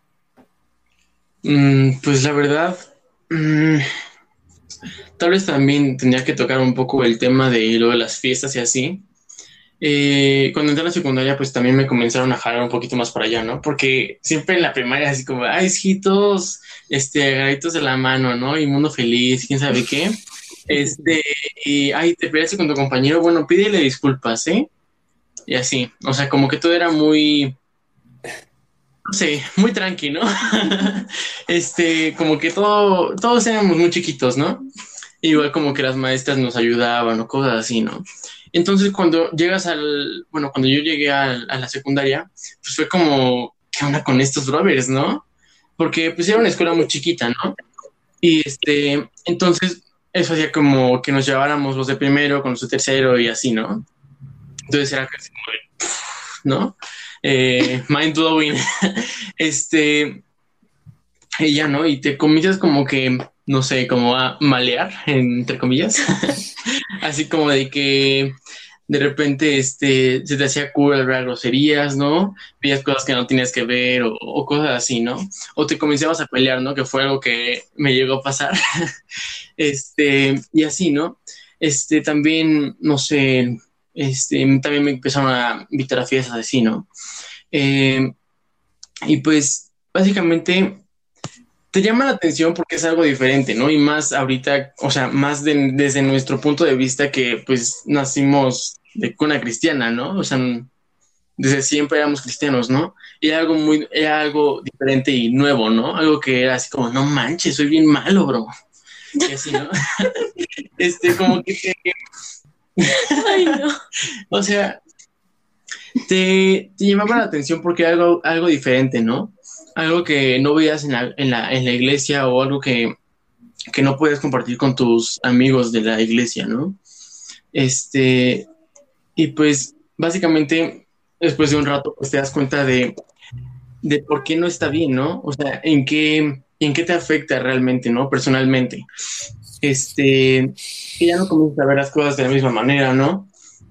Mm, pues la verdad, mm, tal vez también tendría que tocar un poco el tema de lo de las fiestas y así. eh, cuando entré a la secundaria, pues también me comenzaron a jalar un poquito más para allá, ¿no? Porque siempre en la primaria, así como, ay, hijitos, este, agarritos de la mano, ¿no? Y mundo feliz, quién sabe qué. Este, y, ay, te peleaste con tu compañero, bueno, pídele disculpas, ¿eh? Y así, o sea, como que todo era muy, no sé, muy tranqui, ¿no? Este, como que todo, todos éramos muy chiquitos, ¿no? Igual como que las maestras nos ayudaban o cosas así, ¿no? Entonces cuando llegas al, bueno, cuando yo llegué a, a la secundaria, pues fue como, ¿qué onda con estos brothers, no? Porque pues era una escuela muy chiquita, ¿no? Y este, entonces eso hacía como que nos lleváramos los de primero con los de tercero y así, ¿no? Entonces era casi como de, ¿no? Eh, mind blowing. Este, y ya, ¿no? Y te comienzas como que, no sé, como a malear, entre comillas. Así como de que de repente este, se te hacía cool hablar groserías, ¿no? Veías cosas que no tenías que ver o, o cosas así, ¿no? O te comenzabas a pelear, ¿no? Que fue algo que me llegó a pasar. Este, y así, ¿no? Este, también, no sé, este, también me empezaron a invitar a fiestas así, ¿no? Eh, y pues, básicamente, te llama la atención porque es algo diferente, ¿no? Y más ahorita, o sea, más de, desde nuestro punto de vista que, pues, nacimos de cuna cristiana, ¿no? O sea, desde siempre éramos cristianos, ¿no? Y era algo muy, era algo diferente y nuevo, ¿no? Algo que era así como, no manches, soy bien malo, bro. Y así, ¿no? Este, como que te... Ay, no. O sea, te, te llamaba la atención porque era algo, algo diferente, ¿no? Algo que no veías en la, en la, en la iglesia o algo que, que no puedes compartir con tus amigos de la iglesia, ¿no? Este, y pues, básicamente, después de un rato, pues te das cuenta de, de por qué no está bien, ¿no? O sea, en qué, en qué te afecta realmente, ¿no? Personalmente. Este, que ya no comienzas a ver las cosas de la misma manera, ¿no?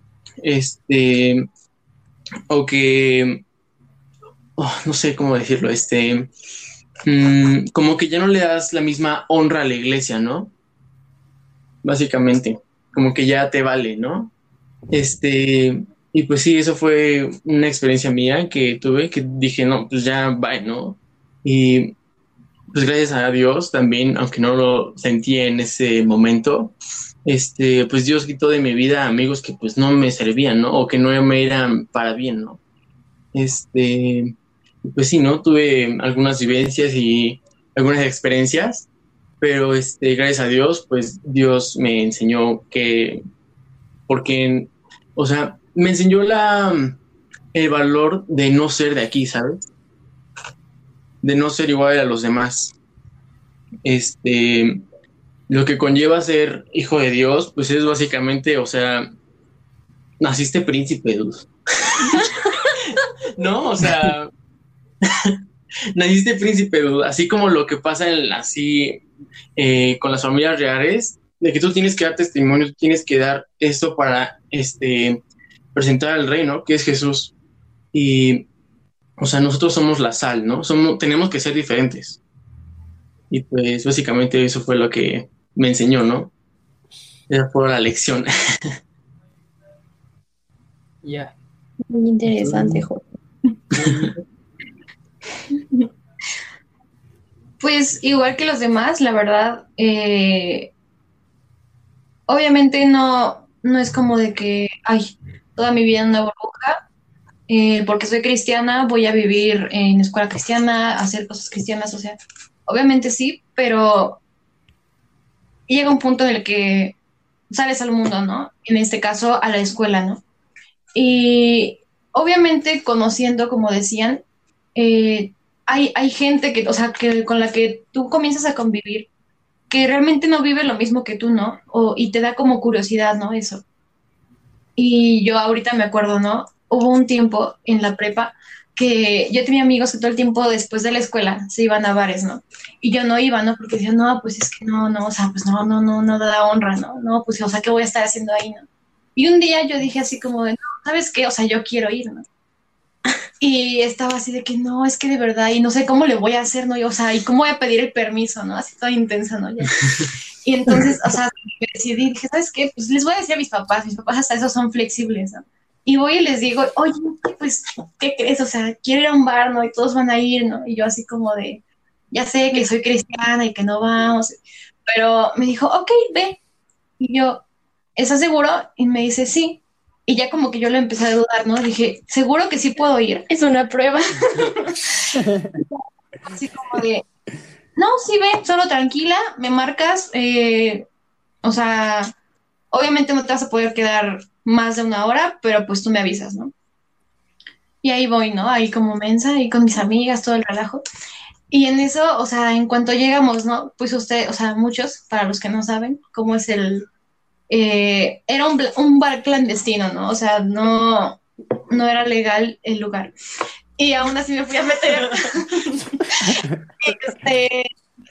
Este, o que, oh, no sé cómo decirlo, este, mmm, como que ya no le das la misma honra a la iglesia, ¿no? Básicamente, como que ya te vale, ¿no? Este, y pues sí, eso fue una experiencia mía que tuve, que dije, no, pues ya, bye, ¿no? Y pues gracias a Dios también, aunque no lo sentía en ese momento, este, pues Dios quitó de mi vida amigos que pues no me servían, ¿no? O que no me eran para bien, ¿no? Este, pues sí, ¿no? Tuve algunas vivencias y algunas experiencias, pero este, gracias a Dios, pues Dios me enseñó que, porque, o sea, me enseñó la, el valor de no ser de aquí, ¿sabes? De no ser igual a los demás. Este, lo que conlleva ser hijo de Dios, pues es básicamente, o sea, naciste príncipe, dude. No, o sea, naciste príncipe, dude. Así como lo que pasa en, así eh, con las familias reales, de que tú tienes que dar testimonio, tú tienes que dar esto para este, presentar al rey, ¿no? Que es Jesús. Y o sea, nosotros somos la sal, ¿no? Somos, tenemos que ser diferentes. Y pues básicamente eso fue lo que me enseñó, ¿no? Esa fue la lección. Ya. Yeah. Muy interesante, Jorge. Pues igual que los demás, la verdad, eh, obviamente no, no es como de que, ay, toda mi vida en una burbuja. Eh, porque soy cristiana, voy a vivir en escuela cristiana, hacer cosas cristianas, o sea, obviamente sí, pero llega un punto en el que sales al mundo, ¿no? En este caso, a la escuela, ¿no? Y obviamente conociendo, como decían, eh, hay, hay gente que, o sea, que con la que tú comienzas a convivir, que realmente no vive lo mismo que tú, ¿no? O, y te da como curiosidad, ¿no? Eso. Y yo ahorita me acuerdo, ¿no? Hubo un tiempo en la prepa que yo tenía amigos que todo el tiempo después de la escuela se iban a bares, ¿no? Y yo no iba, ¿no? Porque decía, no, pues es que no, no, o sea, pues no, no, no, no da honra, ¿no? No, pues, o sea, ¿qué voy a estar haciendo ahí, no? Y un día yo dije así como de, no, ¿sabes qué? O sea, yo quiero ir, ¿no? Y estaba así de que, no, es que de verdad, y no sé cómo le voy a hacer, ¿no? Y, o sea, ¿y cómo voy a pedir el permiso, ¿no? Así toda intensa, ¿no? Ya. Y entonces, o sea, me decidí, dije, ¿sabes qué? Pues les voy a decir a mis papás, mis papás hasta eso son flexibles, ¿no? Y voy y les digo, oye, pues, ¿qué crees? O sea, quiero ir a un bar, ¿no? Y todos van a ir, ¿no? Y yo así como de, ya sé que soy cristiana y que no vamos. Pero me dijo, ok, ve. Y yo, ¿estás seguro? Y me dice, sí. Y ya como que yo lo empecé a dudar, ¿no? Dije, seguro que sí puedo ir. Es una prueba. Así como de, no, sí, ve, solo tranquila, me marcas. eh, o sea, obviamente no te vas a poder quedar más de una hora, pero pues tú me avisas, ¿no? Y ahí voy, ¿no? Ahí como mensa, ahí con mis amigas, todo el relajo. Y en eso, o sea, en cuanto llegamos, ¿no? Pues usted, o sea, muchos, para los que no saben, cómo es el... eh, era un, bla- un bar clandestino, ¿no? O sea, no, no era legal el lugar. Y aún así me fui a meter. Este,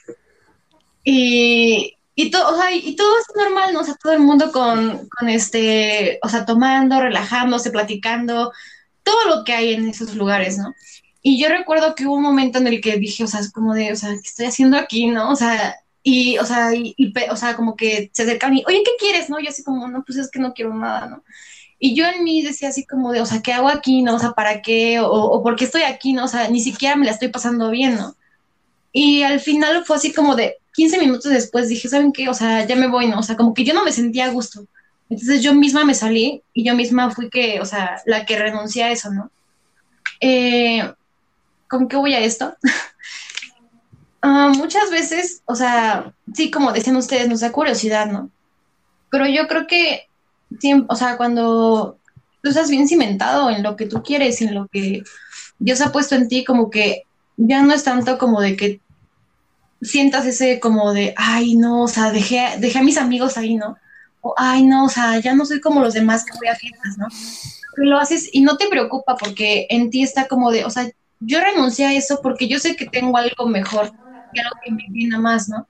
y, y, to- o sea, y todo es normal, ¿no? O sea, todo el mundo con, con este, o sea, tomando, relajándose, platicando, todo lo que hay en esos lugares, ¿no? Y yo recuerdo que hubo un momento en el que dije, o sea, es como de, o sea, ¿qué estoy haciendo aquí, no? O sea, y, o sea, y, y pe- o sea, como que se acercan y, oye, ¿qué quieres, no? Yo así como, no, pues es que no quiero nada, ¿no? Y yo en mí decía así como de, o sea, ¿qué hago aquí, no? O sea, ¿para qué? O, o ¿por qué estoy aquí, no? O sea, ni siquiera me la estoy pasando bien, ¿no? Y al final fue así como de quince minutos después dije, ¿saben qué? O sea, ya me voy, ¿no? O sea, como que yo no me sentía a gusto. Entonces yo misma me salí y yo misma fui que, o sea, la que renuncié a eso, ¿no? Eh, ¿Con qué voy a esto? Ah, muchas veces, o sea, sí, como decían ustedes, nos da curiosidad, ¿no? Pero yo creo que, siem- o sea, cuando tú estás bien cimentado en lo que tú quieres, en lo que Dios ha puesto en ti, como que ya no es tanto como de que sientas ese como de, ay, no, o sea, dejé, dejé a mis amigos ahí, ¿no? O, ay, no, o sea, ya no soy como los demás que voy a fiestas, ¿no? Lo haces y no te preocupa porque en ti está como de, o sea, yo renuncié a eso porque yo sé que tengo algo mejor y algo que me llena más, ¿no?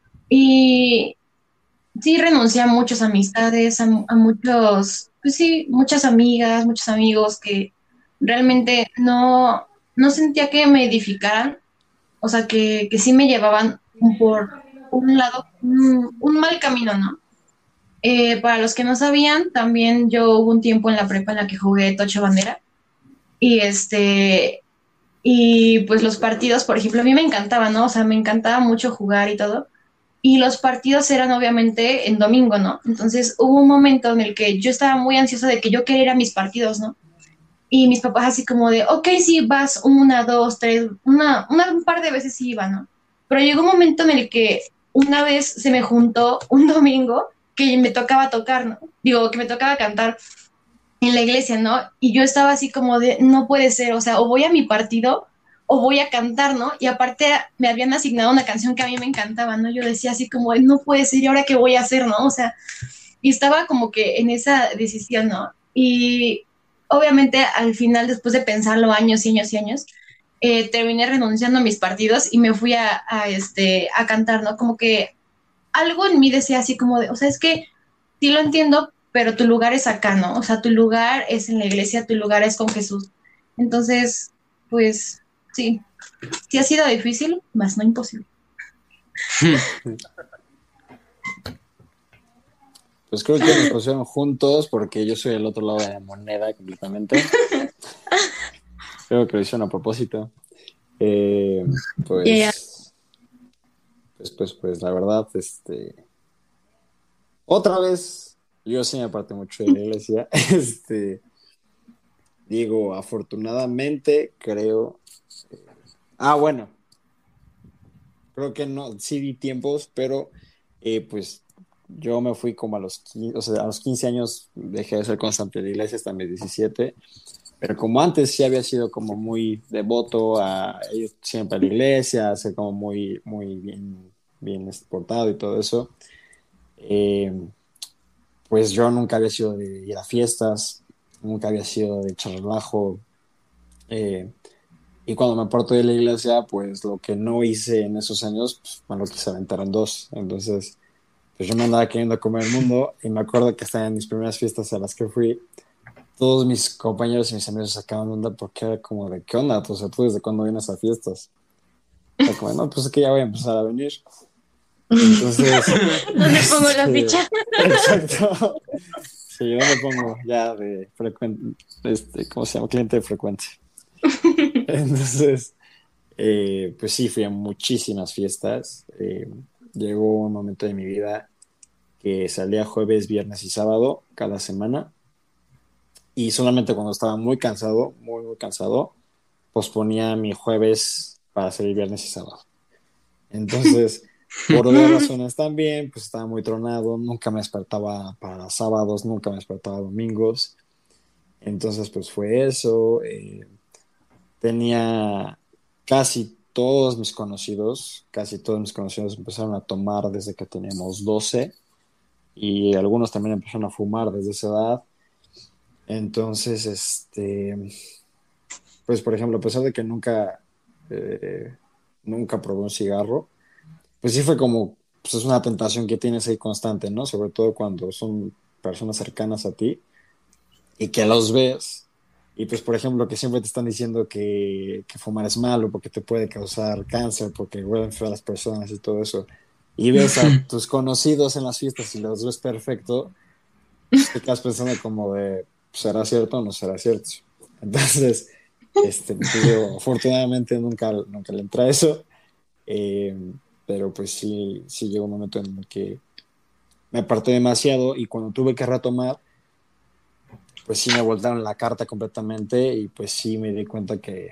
Y sí renuncié a muchas amistades, a, a muchos, pues sí, muchas amigas, muchos amigos que realmente no, no sentía que me edificaran, o sea, que, que sí me llevaban por un lado, un, un mal camino, ¿no? Eh, para los que no sabían, también yo hubo un tiempo en la prepa en la que jugué Tocho Bandera y este, y pues los partidos, por ejemplo, a mí me encantaba, ¿no? O sea, me encantaba mucho jugar y todo. Y los partidos eran obviamente en domingo, ¿no? Entonces hubo un momento en el que yo estaba muy ansiosa de que yo quería ir a mis partidos, ¿no? Y mis papás así como de, ok, sí, vas una, dos, tres, una, una, un par de veces sí iba, ¿no? Pero llegó un momento en el que una vez se me juntó un domingo que me tocaba tocar, ¿no? Digo, que me tocaba cantar en la iglesia, ¿no? Y yo estaba así como de, no puede ser, o sea, o voy a mi partido o voy a cantar, ¿no? Y aparte me habían asignado una canción que a mí me encantaba, ¿no? Yo decía así como, no puede ser, ¿y ahora qué voy a hacer, no? O sea, y estaba como que en esa decisión, ¿no? Y obviamente al final, después de pensarlo años y años y años, eh, terminé renunciando a mis partidos y me fui a, a, este, a cantar, ¿no? Como que algo en mí decía así como de, o sea, es que sí lo entiendo, pero tu lugar es acá, ¿no? O sea, tu lugar es en la iglesia, tu lugar es con Jesús. Entonces, pues sí, sí ha sido difícil, más no imposible. Pues creo que nos pusieron juntos porque yo soy el otro lado de la moneda completamente. Creo que lo hicieron a propósito. Eh, pues, Yeah. pues, pues, pues, la verdad, este, otra vez, yo sí me aparté mucho de la iglesia. Este, digo, afortunadamente, creo. Ah, bueno, creo que no, sí di tiempos, pero eh, pues yo me fui como a los quince, o sea, a los quince años dejé de ser constante de la iglesia hasta mis diecisiete, pero como antes sí había sido como muy devoto a ir siempre a la iglesia, a ser como muy, muy bien, bien portado y todo eso, eh, pues yo nunca había sido de ir a fiestas, nunca había sido de echar relajo, eh, y cuando me aparto de la iglesia, pues lo que no hice en esos años, pues me lo quise aventar en dos. Entonces, pues yo me andaba queriendo comer el mundo y me acuerdo que hasta en mis primeras fiestas a las que fui, todos mis compañeros y mis amigos se sacaban de onda porque era como de, ¿qué onda? O sea, ¿tú desde cuándo vienes a fiestas? Era como, no, pues es que ya voy a empezar a venir. Entonces... ¿Dónde pongo la este, ficha? Exacto. Sí, yo me pongo ya de frecuente, este, ¿cómo se llama? Cliente de frecuencia. Entonces, eh, pues sí, fui a muchísimas fiestas. Eh, llegó un momento de mi vida que salía jueves, viernes y sábado cada semana. Y solamente cuando estaba muy cansado, muy, muy cansado, posponía mi jueves para salir viernes y sábado. Entonces, por varias razones también, pues estaba muy tronado, nunca me despertaba para sábados, nunca me despertaba domingos. Entonces, pues fue eso. Eh, tenía casi todos mis conocidos, casi todos mis conocidos empezaron a tomar desde que teníamos doce y algunos también empezaron a fumar desde esa edad. Entonces, este, pues por ejemplo, a pesar de que nunca, eh, nunca probé un cigarro, pues sí fue como, pues es una tentación que tienes ahí constante, ¿no? Sobre todo cuando son personas cercanas a ti y que los ves y pues por ejemplo que siempre te están diciendo que, que fumar es malo porque te puede causar cáncer, porque huelen feo a las personas y todo eso, y ves a tus conocidos en las fiestas y los ves perfecto, pues te quedas pensando como de, ¿será cierto o no será cierto? Entonces, este, digo, afortunadamente nunca, nunca le entra eso, eh, pero pues sí, sí llegó un momento en el que me aparté demasiado y cuando tuve que retomar, pues sí me voltearon la carta completamente y pues sí me di cuenta que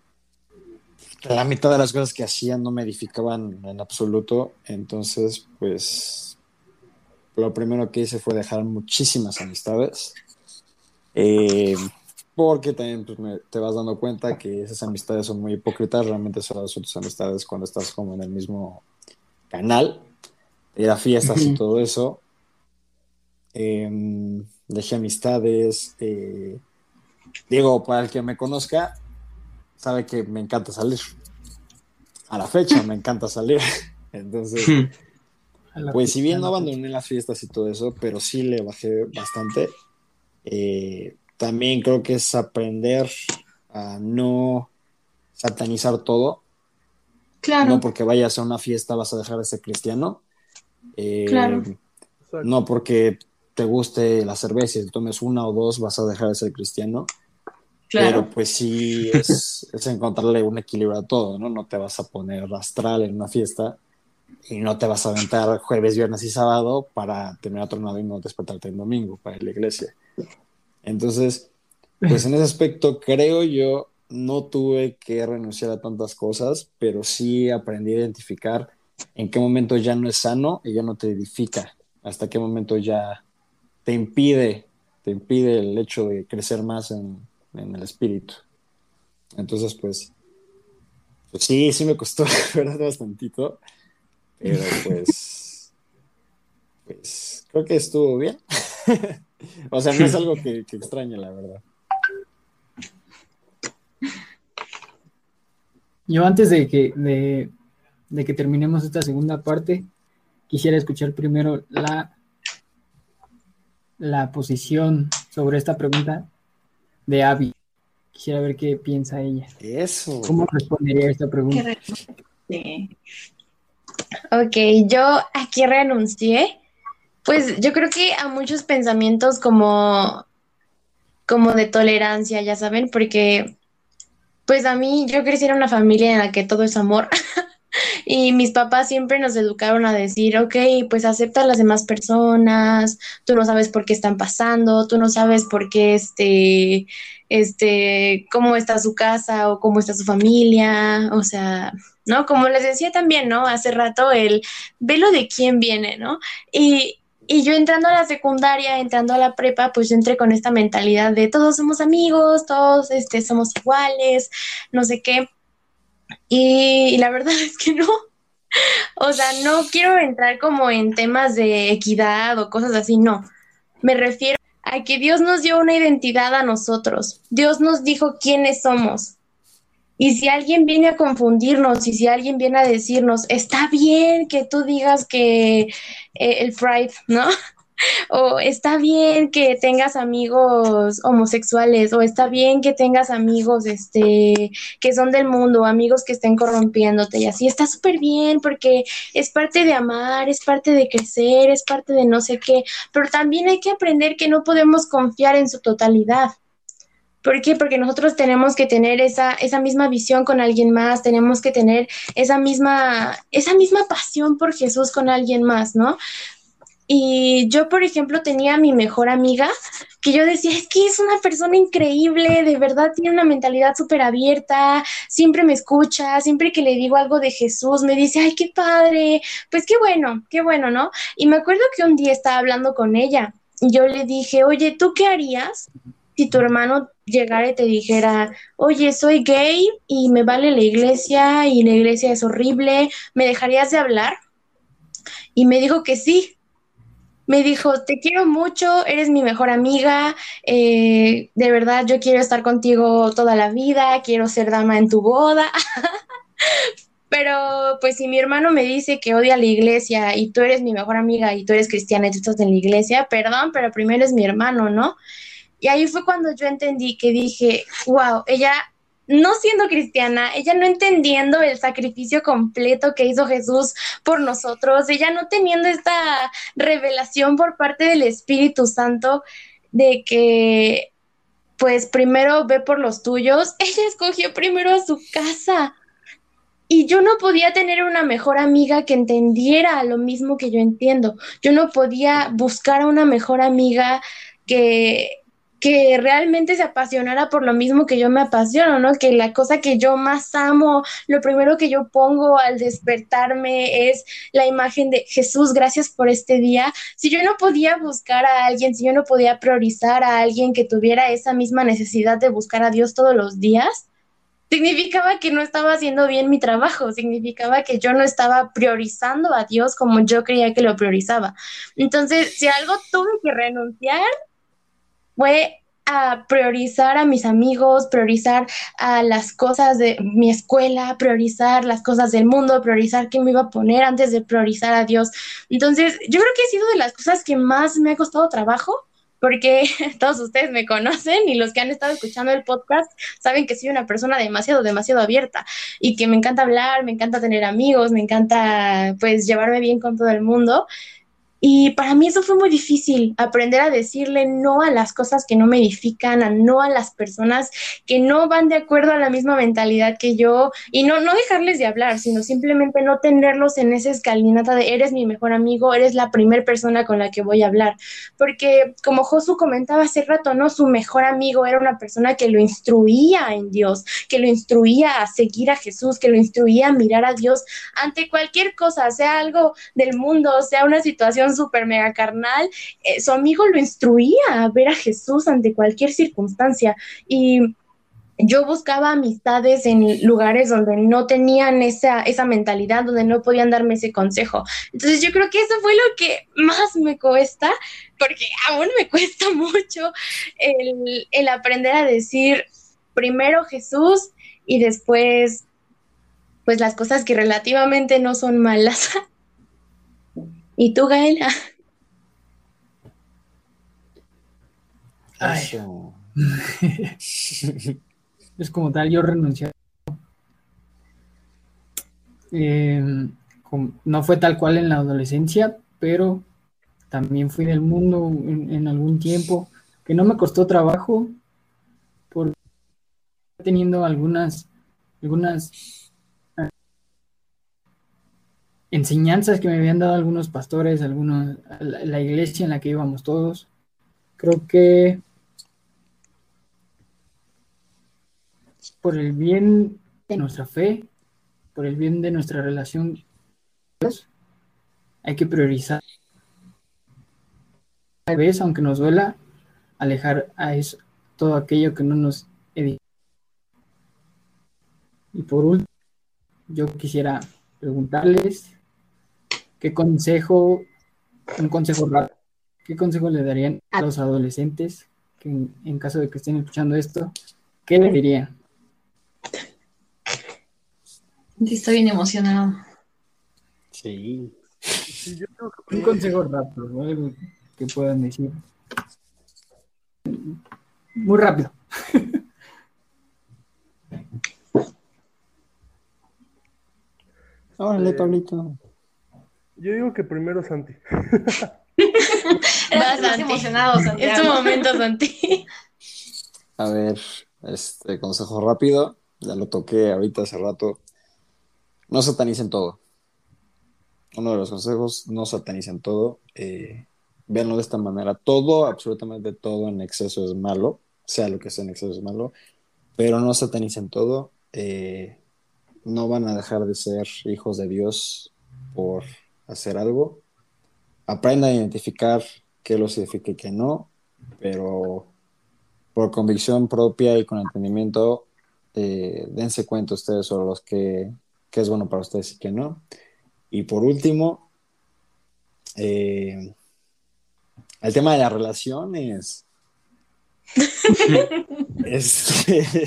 la mitad de las cosas que hacía no me edificaban en absoluto. Entonces, pues lo primero que hice fue dejar muchísimas amistades, eh, porque también pues, me, te vas dando cuenta que esas amistades son muy hipócritas, realmente solo son tus amistades cuando estás como en el mismo canal, ir a fiestas y todo eso. Eh, dejé amistades, eh, digo, para el que me conozca, sabe que me encanta salir. A la fecha me encanta salir. Entonces, pues si bien no abandoné las fiestas y todo eso, pero sí le bajé bastante. Eh, también creo que es aprender a no satanizar todo. Claro. No porque vayas a una fiesta vas a dejar de ser cristiano. Eh, Claro. No porque te guste la cerveza y te tomes una o dos vas a dejar de ser cristiano. Claro. Pero pues sí es, es encontrarle un equilibrio a todo, ¿no? No te vas a poner astral en una fiesta y no te vas a aventar jueves, viernes y sábado para terminar tronado y no despertarte el domingo para ir a la iglesia. Entonces, pues en ese aspecto creo yo no tuve que renunciar a tantas cosas, pero sí aprendí a identificar en qué momento ya no es sano y ya no te edifica, hasta qué momento ya te impide, te impide el hecho de crecer más en en el espíritu. Entonces, pues, pues sí, sí me costó, ¿verdad? Bastantito, pero pues, pues, creo que estuvo bien. O sea, no es algo que, que extrañe, la verdad. Yo antes de que, de, de que terminemos esta segunda parte, quisiera escuchar primero la, la posición sobre esta pregunta de Abby. Quisiera ver qué piensa ella. Eso. ¿Cómo respondería a esta pregunta? Sí. Ok, yo aquí renuncié. Pues yo creo que a muchos pensamientos como, como de tolerancia, ya saben, porque pues a mí yo crecí en una familia en la que todo es amor. Y mis papás siempre nos educaron a decir, ok, pues acepta a las demás personas, tú no sabes por qué están pasando, tú no sabes por qué, este, este, cómo está su casa o cómo está su familia, o sea, ¿no? Como les decía también, ¿no? Hace rato el velo de quién viene, ¿no? Y, y yo entrando a la secundaria, entrando a la prepa, pues yo entré con esta mentalidad de todos somos amigos, todos, este, somos iguales, no sé qué. Y, y la verdad es que no, o sea, no quiero entrar como en temas de equidad o cosas así, no. Me refiero a que Dios nos dio una identidad a nosotros. Dios nos dijo quiénes somos. Y si alguien viene a confundirnos y si alguien viene a decirnos, está bien que tú digas que eh, el Pride, ¿no? O está bien que tengas amigos homosexuales, o está bien que tengas amigos este, que son del mundo, amigos que estén corrompiéndote y así. Está súper bien porque es parte de amar, es parte de crecer, es parte de no sé qué, pero también hay que aprender que no podemos confiar en su totalidad. ¿Por qué? Porque nosotros tenemos que tener esa, esa misma visión con alguien más, tenemos que tener esa misma, esa misma pasión por Jesús con alguien más, ¿no? Y yo, por ejemplo, tenía a mi mejor amiga que yo decía, es que es una persona increíble, de verdad tiene una mentalidad súper abierta, siempre me escucha, siempre que le digo algo de Jesús, me dice, ay, qué padre, pues qué bueno, qué bueno, ¿no? Y me acuerdo que un día estaba hablando con ella y yo le dije, oye, ¿tú qué harías si tu hermano llegara y te dijera, oye, soy gay y me vale la iglesia y la iglesia es horrible, ¿me dejarías de hablar? Y me dijo que sí. Me dijo, te quiero mucho, eres mi mejor amiga, eh, de verdad yo quiero estar contigo toda la vida, quiero ser dama en tu boda. Pero pues si mi hermano me dice que odia la iglesia y tú eres mi mejor amiga y tú eres cristiana y tú estás en la iglesia, perdón, pero primero es mi hermano, ¿no? Y ahí fue cuando yo entendí que dije, wow, ella no siendo cristiana, ella no entendiendo el sacrificio completo que hizo Jesús por nosotros, ella no teniendo esta revelación por parte del Espíritu Santo de que, pues primero ve por los tuyos, ella escogió primero a su casa. Y yo no podía tener una mejor amiga que entendiera lo mismo que yo entiendo. Yo no podía buscar a una mejor amiga que, que realmente se apasionara por lo mismo que yo me apasiono, ¿no? Que la cosa que yo más amo, lo primero que yo pongo al despertarme es la imagen de Jesús, gracias por este día. Si yo no podía buscar a alguien, si yo no podía priorizar a alguien que tuviera esa misma necesidad de buscar a Dios todos los días, significaba que no estaba haciendo bien mi trabajo, significaba que yo no estaba priorizando a Dios como yo creía que lo priorizaba. Entonces, si algo tuve que renunciar, fue a priorizar a mis amigos, priorizar a las cosas de mi escuela, priorizar las cosas del mundo, priorizar qué me iba a poner antes de priorizar a Dios. Entonces, yo creo que ha sido de las cosas que más me ha costado trabajo, porque todos ustedes me conocen y los que han estado escuchando el podcast saben que soy una persona demasiado, demasiado abierta y que me encanta hablar, me encanta tener amigos, me encanta pues llevarme bien con todo el mundo. Y para mí eso fue muy difícil, aprender a decirle no a las cosas que no me edifican, a no a las personas que no van de acuerdo a la misma mentalidad que yo, y no, no dejarles de hablar, sino simplemente no tenerlos en esa escalinata de eres mi mejor amigo, eres la primera persona con la que voy a hablar. Porque como Josu comentaba hace rato, ¿no? Su mejor amigo era una persona que lo instruía en Dios, que lo instruía a seguir a Jesús, que lo instruía a mirar a Dios ante cualquier cosa, sea algo del mundo, sea una situación súper mega carnal, eh, su amigo lo instruía a ver a Jesús ante cualquier circunstancia. Y yo buscaba amistades en lugares donde no tenían esa, esa mentalidad, donde no podían darme ese consejo. Entonces yo creo que eso fue lo que más me cuesta, porque aún me cuesta mucho el, el aprender a decir primero Jesús y después pues las cosas que relativamente no son malas. ¿Y tú, Gael? Ay. Eso. Es como tal, yo renuncié. Eh, com- no fue tal cual en la adolescencia, pero también fui del mundo en, en algún tiempo, que no me costó trabajo, porque teniendo algunas, algunas eh, enseñanzas que me habían dado algunos pastores, algunos, la, la iglesia en la que íbamos todos. Creo que por el bien de nuestra fe, por el bien de nuestra relación con Dios, hay que priorizar. A veces, aunque nos duela, alejar a eso, todo aquello que no nos edifica. Y por último, yo quisiera preguntarles qué consejo, un consejo rápido, qué consejo le darían a los adolescentes que en, en caso de que estén escuchando esto, ¿qué les dirían? Sí, estoy bien emocionado. Sí. Sí, yo creo que Un consejo rápido, ¿no? Algo que puedan decir. Muy rápido. Órale, Eh, Pablito. Yo digo que primero Santi. Vas, Estás Santi. emocionado, Es tu Santiago. momento, Santi. A ver, este consejo rápido, ya lo toqué ahorita hace rato. No satanicen todo. Uno de los consejos, no satanicen todo. Eh, véanlo de esta manera. Todo, absolutamente todo en exceso es malo, sea lo que sea en exceso es malo, pero no satanicen todo. Eh, no van a dejar de ser hijos de Dios por hacer algo. Aprendan a identificar qué los edifica y qué no, pero por convicción propia y con entendimiento, eh, dense cuenta ustedes sobre los que, qué es bueno para ustedes y qué no. Y por último, eh, el tema de las relaciones. este,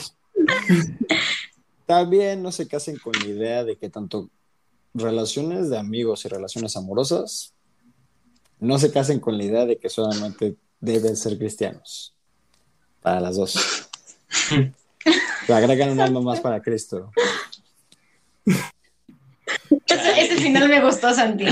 también no se casen con la idea de que tanto relaciones de amigos y relaciones amorosas, no se casen con la idea de que solamente deben ser cristianos. Para las dos. Le agregan un alma más para Cristo. Ese, ese final me gustó, Santi.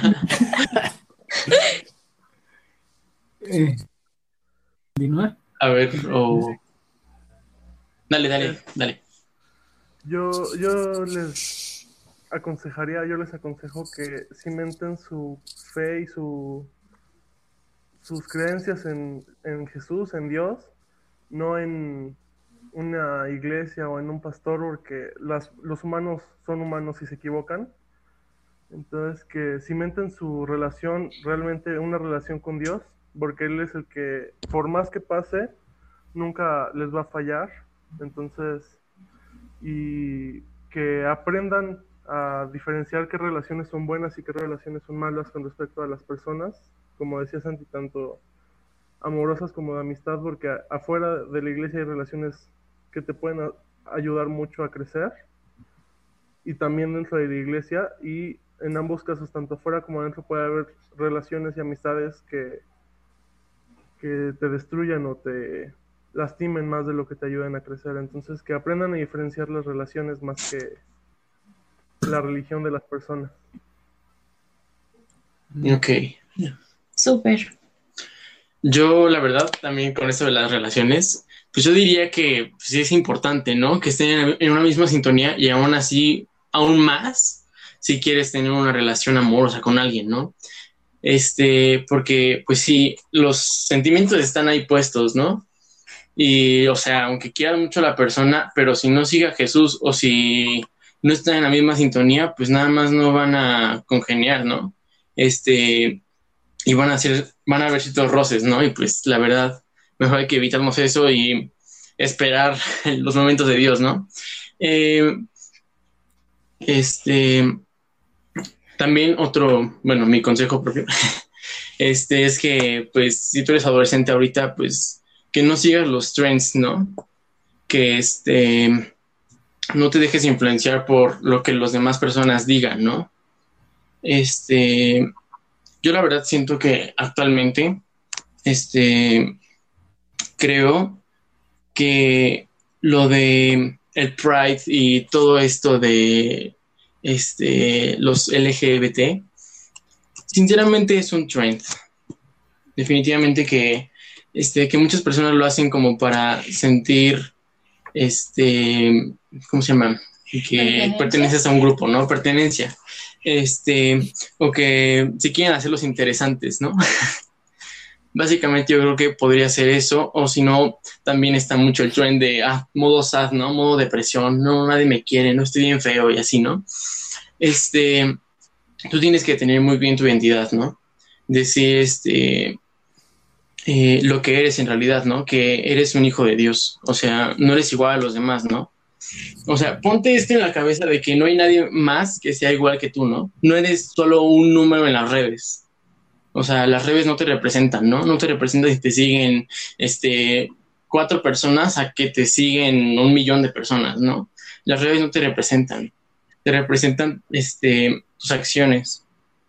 Eh, ¿Continuar? A ver, o... Dale, dale, dale. Yo, yo les aconsejaría, yo les aconsejo que cimenten su fe y su, sus creencias en, en Jesús, en Dios, no en una iglesia o en un pastor, porque las, los humanos son humanos y se equivocan. Entonces, que cimenten su relación, realmente una relación con Dios, porque Él es el que, por más que pase, nunca les va a fallar. Entonces, y que aprendan a diferenciar qué relaciones son buenas y qué relaciones son malas con respecto a las personas, como decía Santi, tanto amorosas como de amistad, porque a- afuera de la iglesia hay relaciones que te pueden a- ayudar mucho a crecer, y también dentro de la iglesia, y en ambos casos, tanto afuera como adentro, puede haber relaciones y amistades que, que te destruyan o te lastimen más de lo que te ayuden a crecer. Entonces, que aprendan a diferenciar las relaciones más que la religión de las personas. Ok. Súper. Yo, la verdad, también con esto de las relaciones, pues yo diría que pues, sí es importante, ¿no? Que estén en, en una misma sintonía y aún así, aún más, si quieres tener una relación amorosa con alguien, ¿no? Este, porque, pues sí, los sentimientos están ahí puestos, ¿no? Y, o sea, aunque quieras mucho a la persona, pero si no sigue a Jesús o si no están en la misma sintonía, pues nada más no van a congeniar, ¿no? Este, y van a hacer, van a haber ciertos roces, ¿no? Y pues la verdad, mejor hay que evitarnos eso y esperar los momentos de Dios, ¿no? Eh, este, también otro, bueno, mi consejo propio, este es que, pues, si tú eres adolescente ahorita, pues, que no sigas los trends, ¿no? Que, este, no te dejes influenciar por lo que las demás personas digan, ¿no? Este, yo la verdad siento que actualmente, este, creo que lo de el Pride y todo esto de este, los L G B T, sinceramente es un trend. Definitivamente que, este, que muchas personas lo hacen como para sentir, este, ¿cómo se llama? Que Pertenencia. perteneces a un grupo, ¿no? Pertenencia. Este, o que se quieren hacer los interesantes, ¿no? Básicamente yo creo que podría ser eso, o si no, también está mucho el trend de, ah, modo sad, ¿no? Modo depresión, no, nadie me quiere, no estoy bien feo y así, ¿no? Este, tú tienes que tener muy bien tu identidad, ¿no? Decir, este, eh, lo que eres en realidad, ¿no? Que eres un hijo de Dios, o sea, no eres igual a los demás, ¿no? O sea, ponte esto en la cabeza de que no hay nadie más que sea igual que tú, ¿no? No eres solo un número en las redes. O sea, las redes no te representan, ¿no? No te representan si te siguen este, cuatro personas a que te siguen un millón de personas, ¿no? Las redes no te representan. Te representan este, tus acciones.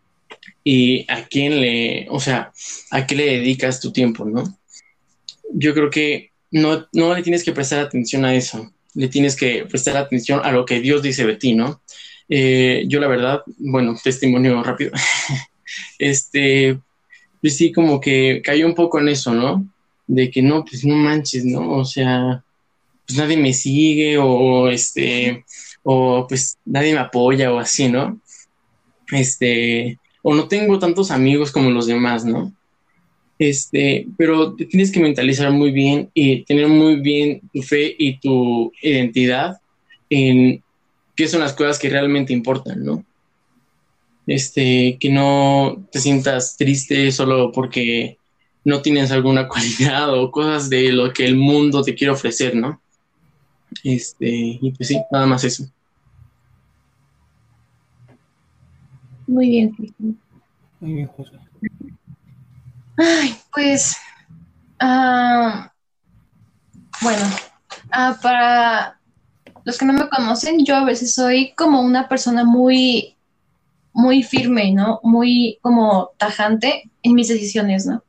y a quién le, o sea, a qué le dedicas tu tiempo, ¿no? Yo creo que no, no le tienes que prestar atención a eso, le tienes que prestar atención a lo que Dios dice de ti, ¿no? Eh, yo la verdad, bueno, testimonio rápido, este, pues sí, como que cayó un poco en eso, ¿no? De que no, pues no manches, ¿no? O sea, pues nadie me sigue o este, o pues nadie me apoya o así, ¿no? Este, o no tengo tantos amigos como los demás, ¿no? Este, pero te tienes que mentalizar muy bien y tener muy bien tu fe y tu identidad en qué son las cosas que realmente importan, ¿no? Este, que no te sientas triste solo porque no tienes alguna cualidad o cosas de lo que el mundo te quiere ofrecer, ¿no? Este, y pues sí, nada más eso. Muy bien, Cristian. Muy bien, José. Ay, pues, ah, bueno, ah, para los que no me conocen, yo a veces soy como una persona muy, muy firme, ¿no? Muy como tajante en mis decisiones, ¿no?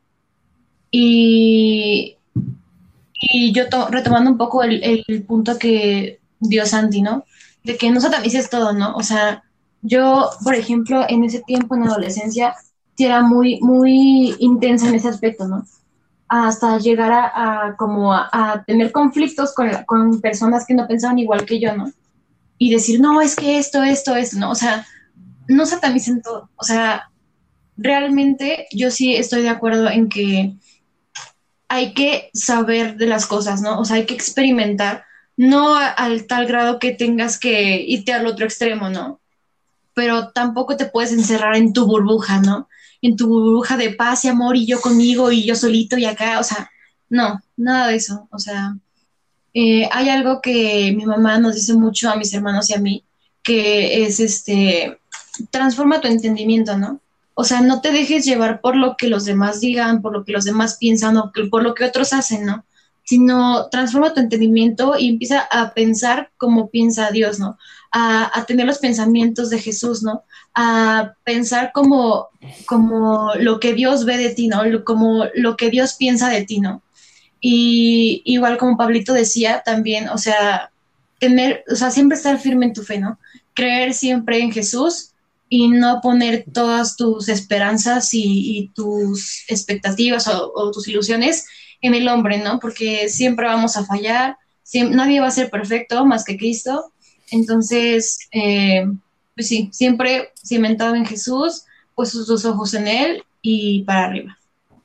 Y, y yo to- retomando un poco el, el punto que dio Santi, ¿no? De que no satanices todo, ¿no? O sea, yo, por ejemplo, en ese tiempo, en la adolescencia, sí era muy, muy intensa en ese aspecto, ¿no? Hasta llegar a, a como a, a tener conflictos con, la- con personas que no pensaban igual que yo, ¿no? Y decir, no, es que esto, esto, esto, ¿no? O sea, no satanicen todo. O sea, realmente yo sí estoy de acuerdo en que hay que saber de las cosas, ¿no? O sea, hay que experimentar, no a- al tal grado que tengas que irte al otro extremo, ¿no? Pero tampoco te puedes encerrar en tu burbuja, ¿no? En tu burbuja de paz y amor y yo conmigo y yo solito y acá, o sea, no, nada de eso. O sea, eh, hay algo que mi mamá nos dice mucho a mis hermanos y a mí, que es este, transforma tu entendimiento, ¿no? O sea, no te dejes llevar por lo que los demás digan, por lo que los demás piensan o que- por lo que otros hacen, ¿no? Sino transforma tu entendimiento y empieza a pensar como piensa Dios, ¿no? A, a tener los pensamientos de Jesús, ¿no? A pensar como, como lo que Dios ve de ti, ¿no? Lo- Como lo que Dios piensa de ti, ¿no? Y igual como Pablito decía también, o sea, tener, o sea, siempre estar firme en tu fe, ¿no? Creer siempre en Jesús y no poner todas tus esperanzas y, y tus expectativas o, o, tus ilusiones en el hombre, ¿no? Porque siempre vamos a fallar, siempre, nadie va a ser perfecto más que Cristo. Entonces, eh, pues sí, siempre cimentado en Jesús, pues sus dos ojos en Él y para arriba.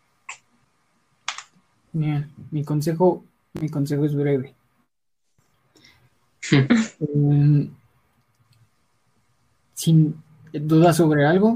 Bien, mi consejo, mi consejo es breve. Eh, sin dudas sobre algo,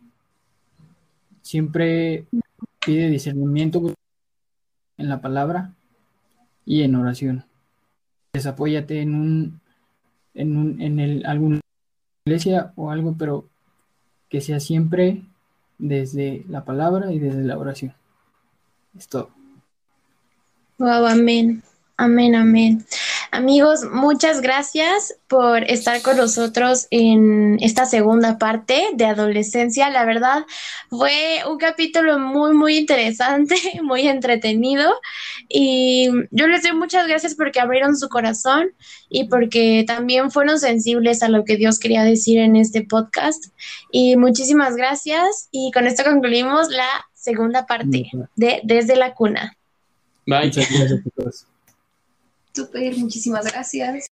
siempre pide discernimiento en la palabra y en oración. Desapóyate en un, en un, en el, alguna iglesia o algo, pero que sea siempre desde la palabra y desde la oración. Es todo. Wow, amén. Amén, amén. Amigos, muchas gracias por estar con nosotros en esta segunda parte de adolescencia. La verdad, fue un capítulo muy, muy interesante, muy entretenido. Y yo les doy muchas gracias porque abrieron su corazón y porque también fueron sensibles a lo que Dios quería decir en este podcast. Y muchísimas gracias. Y con esto concluimos la segunda parte de Desde la Cuna. Bye. Muchas gracias a todos. Súper, muchísimas gracias.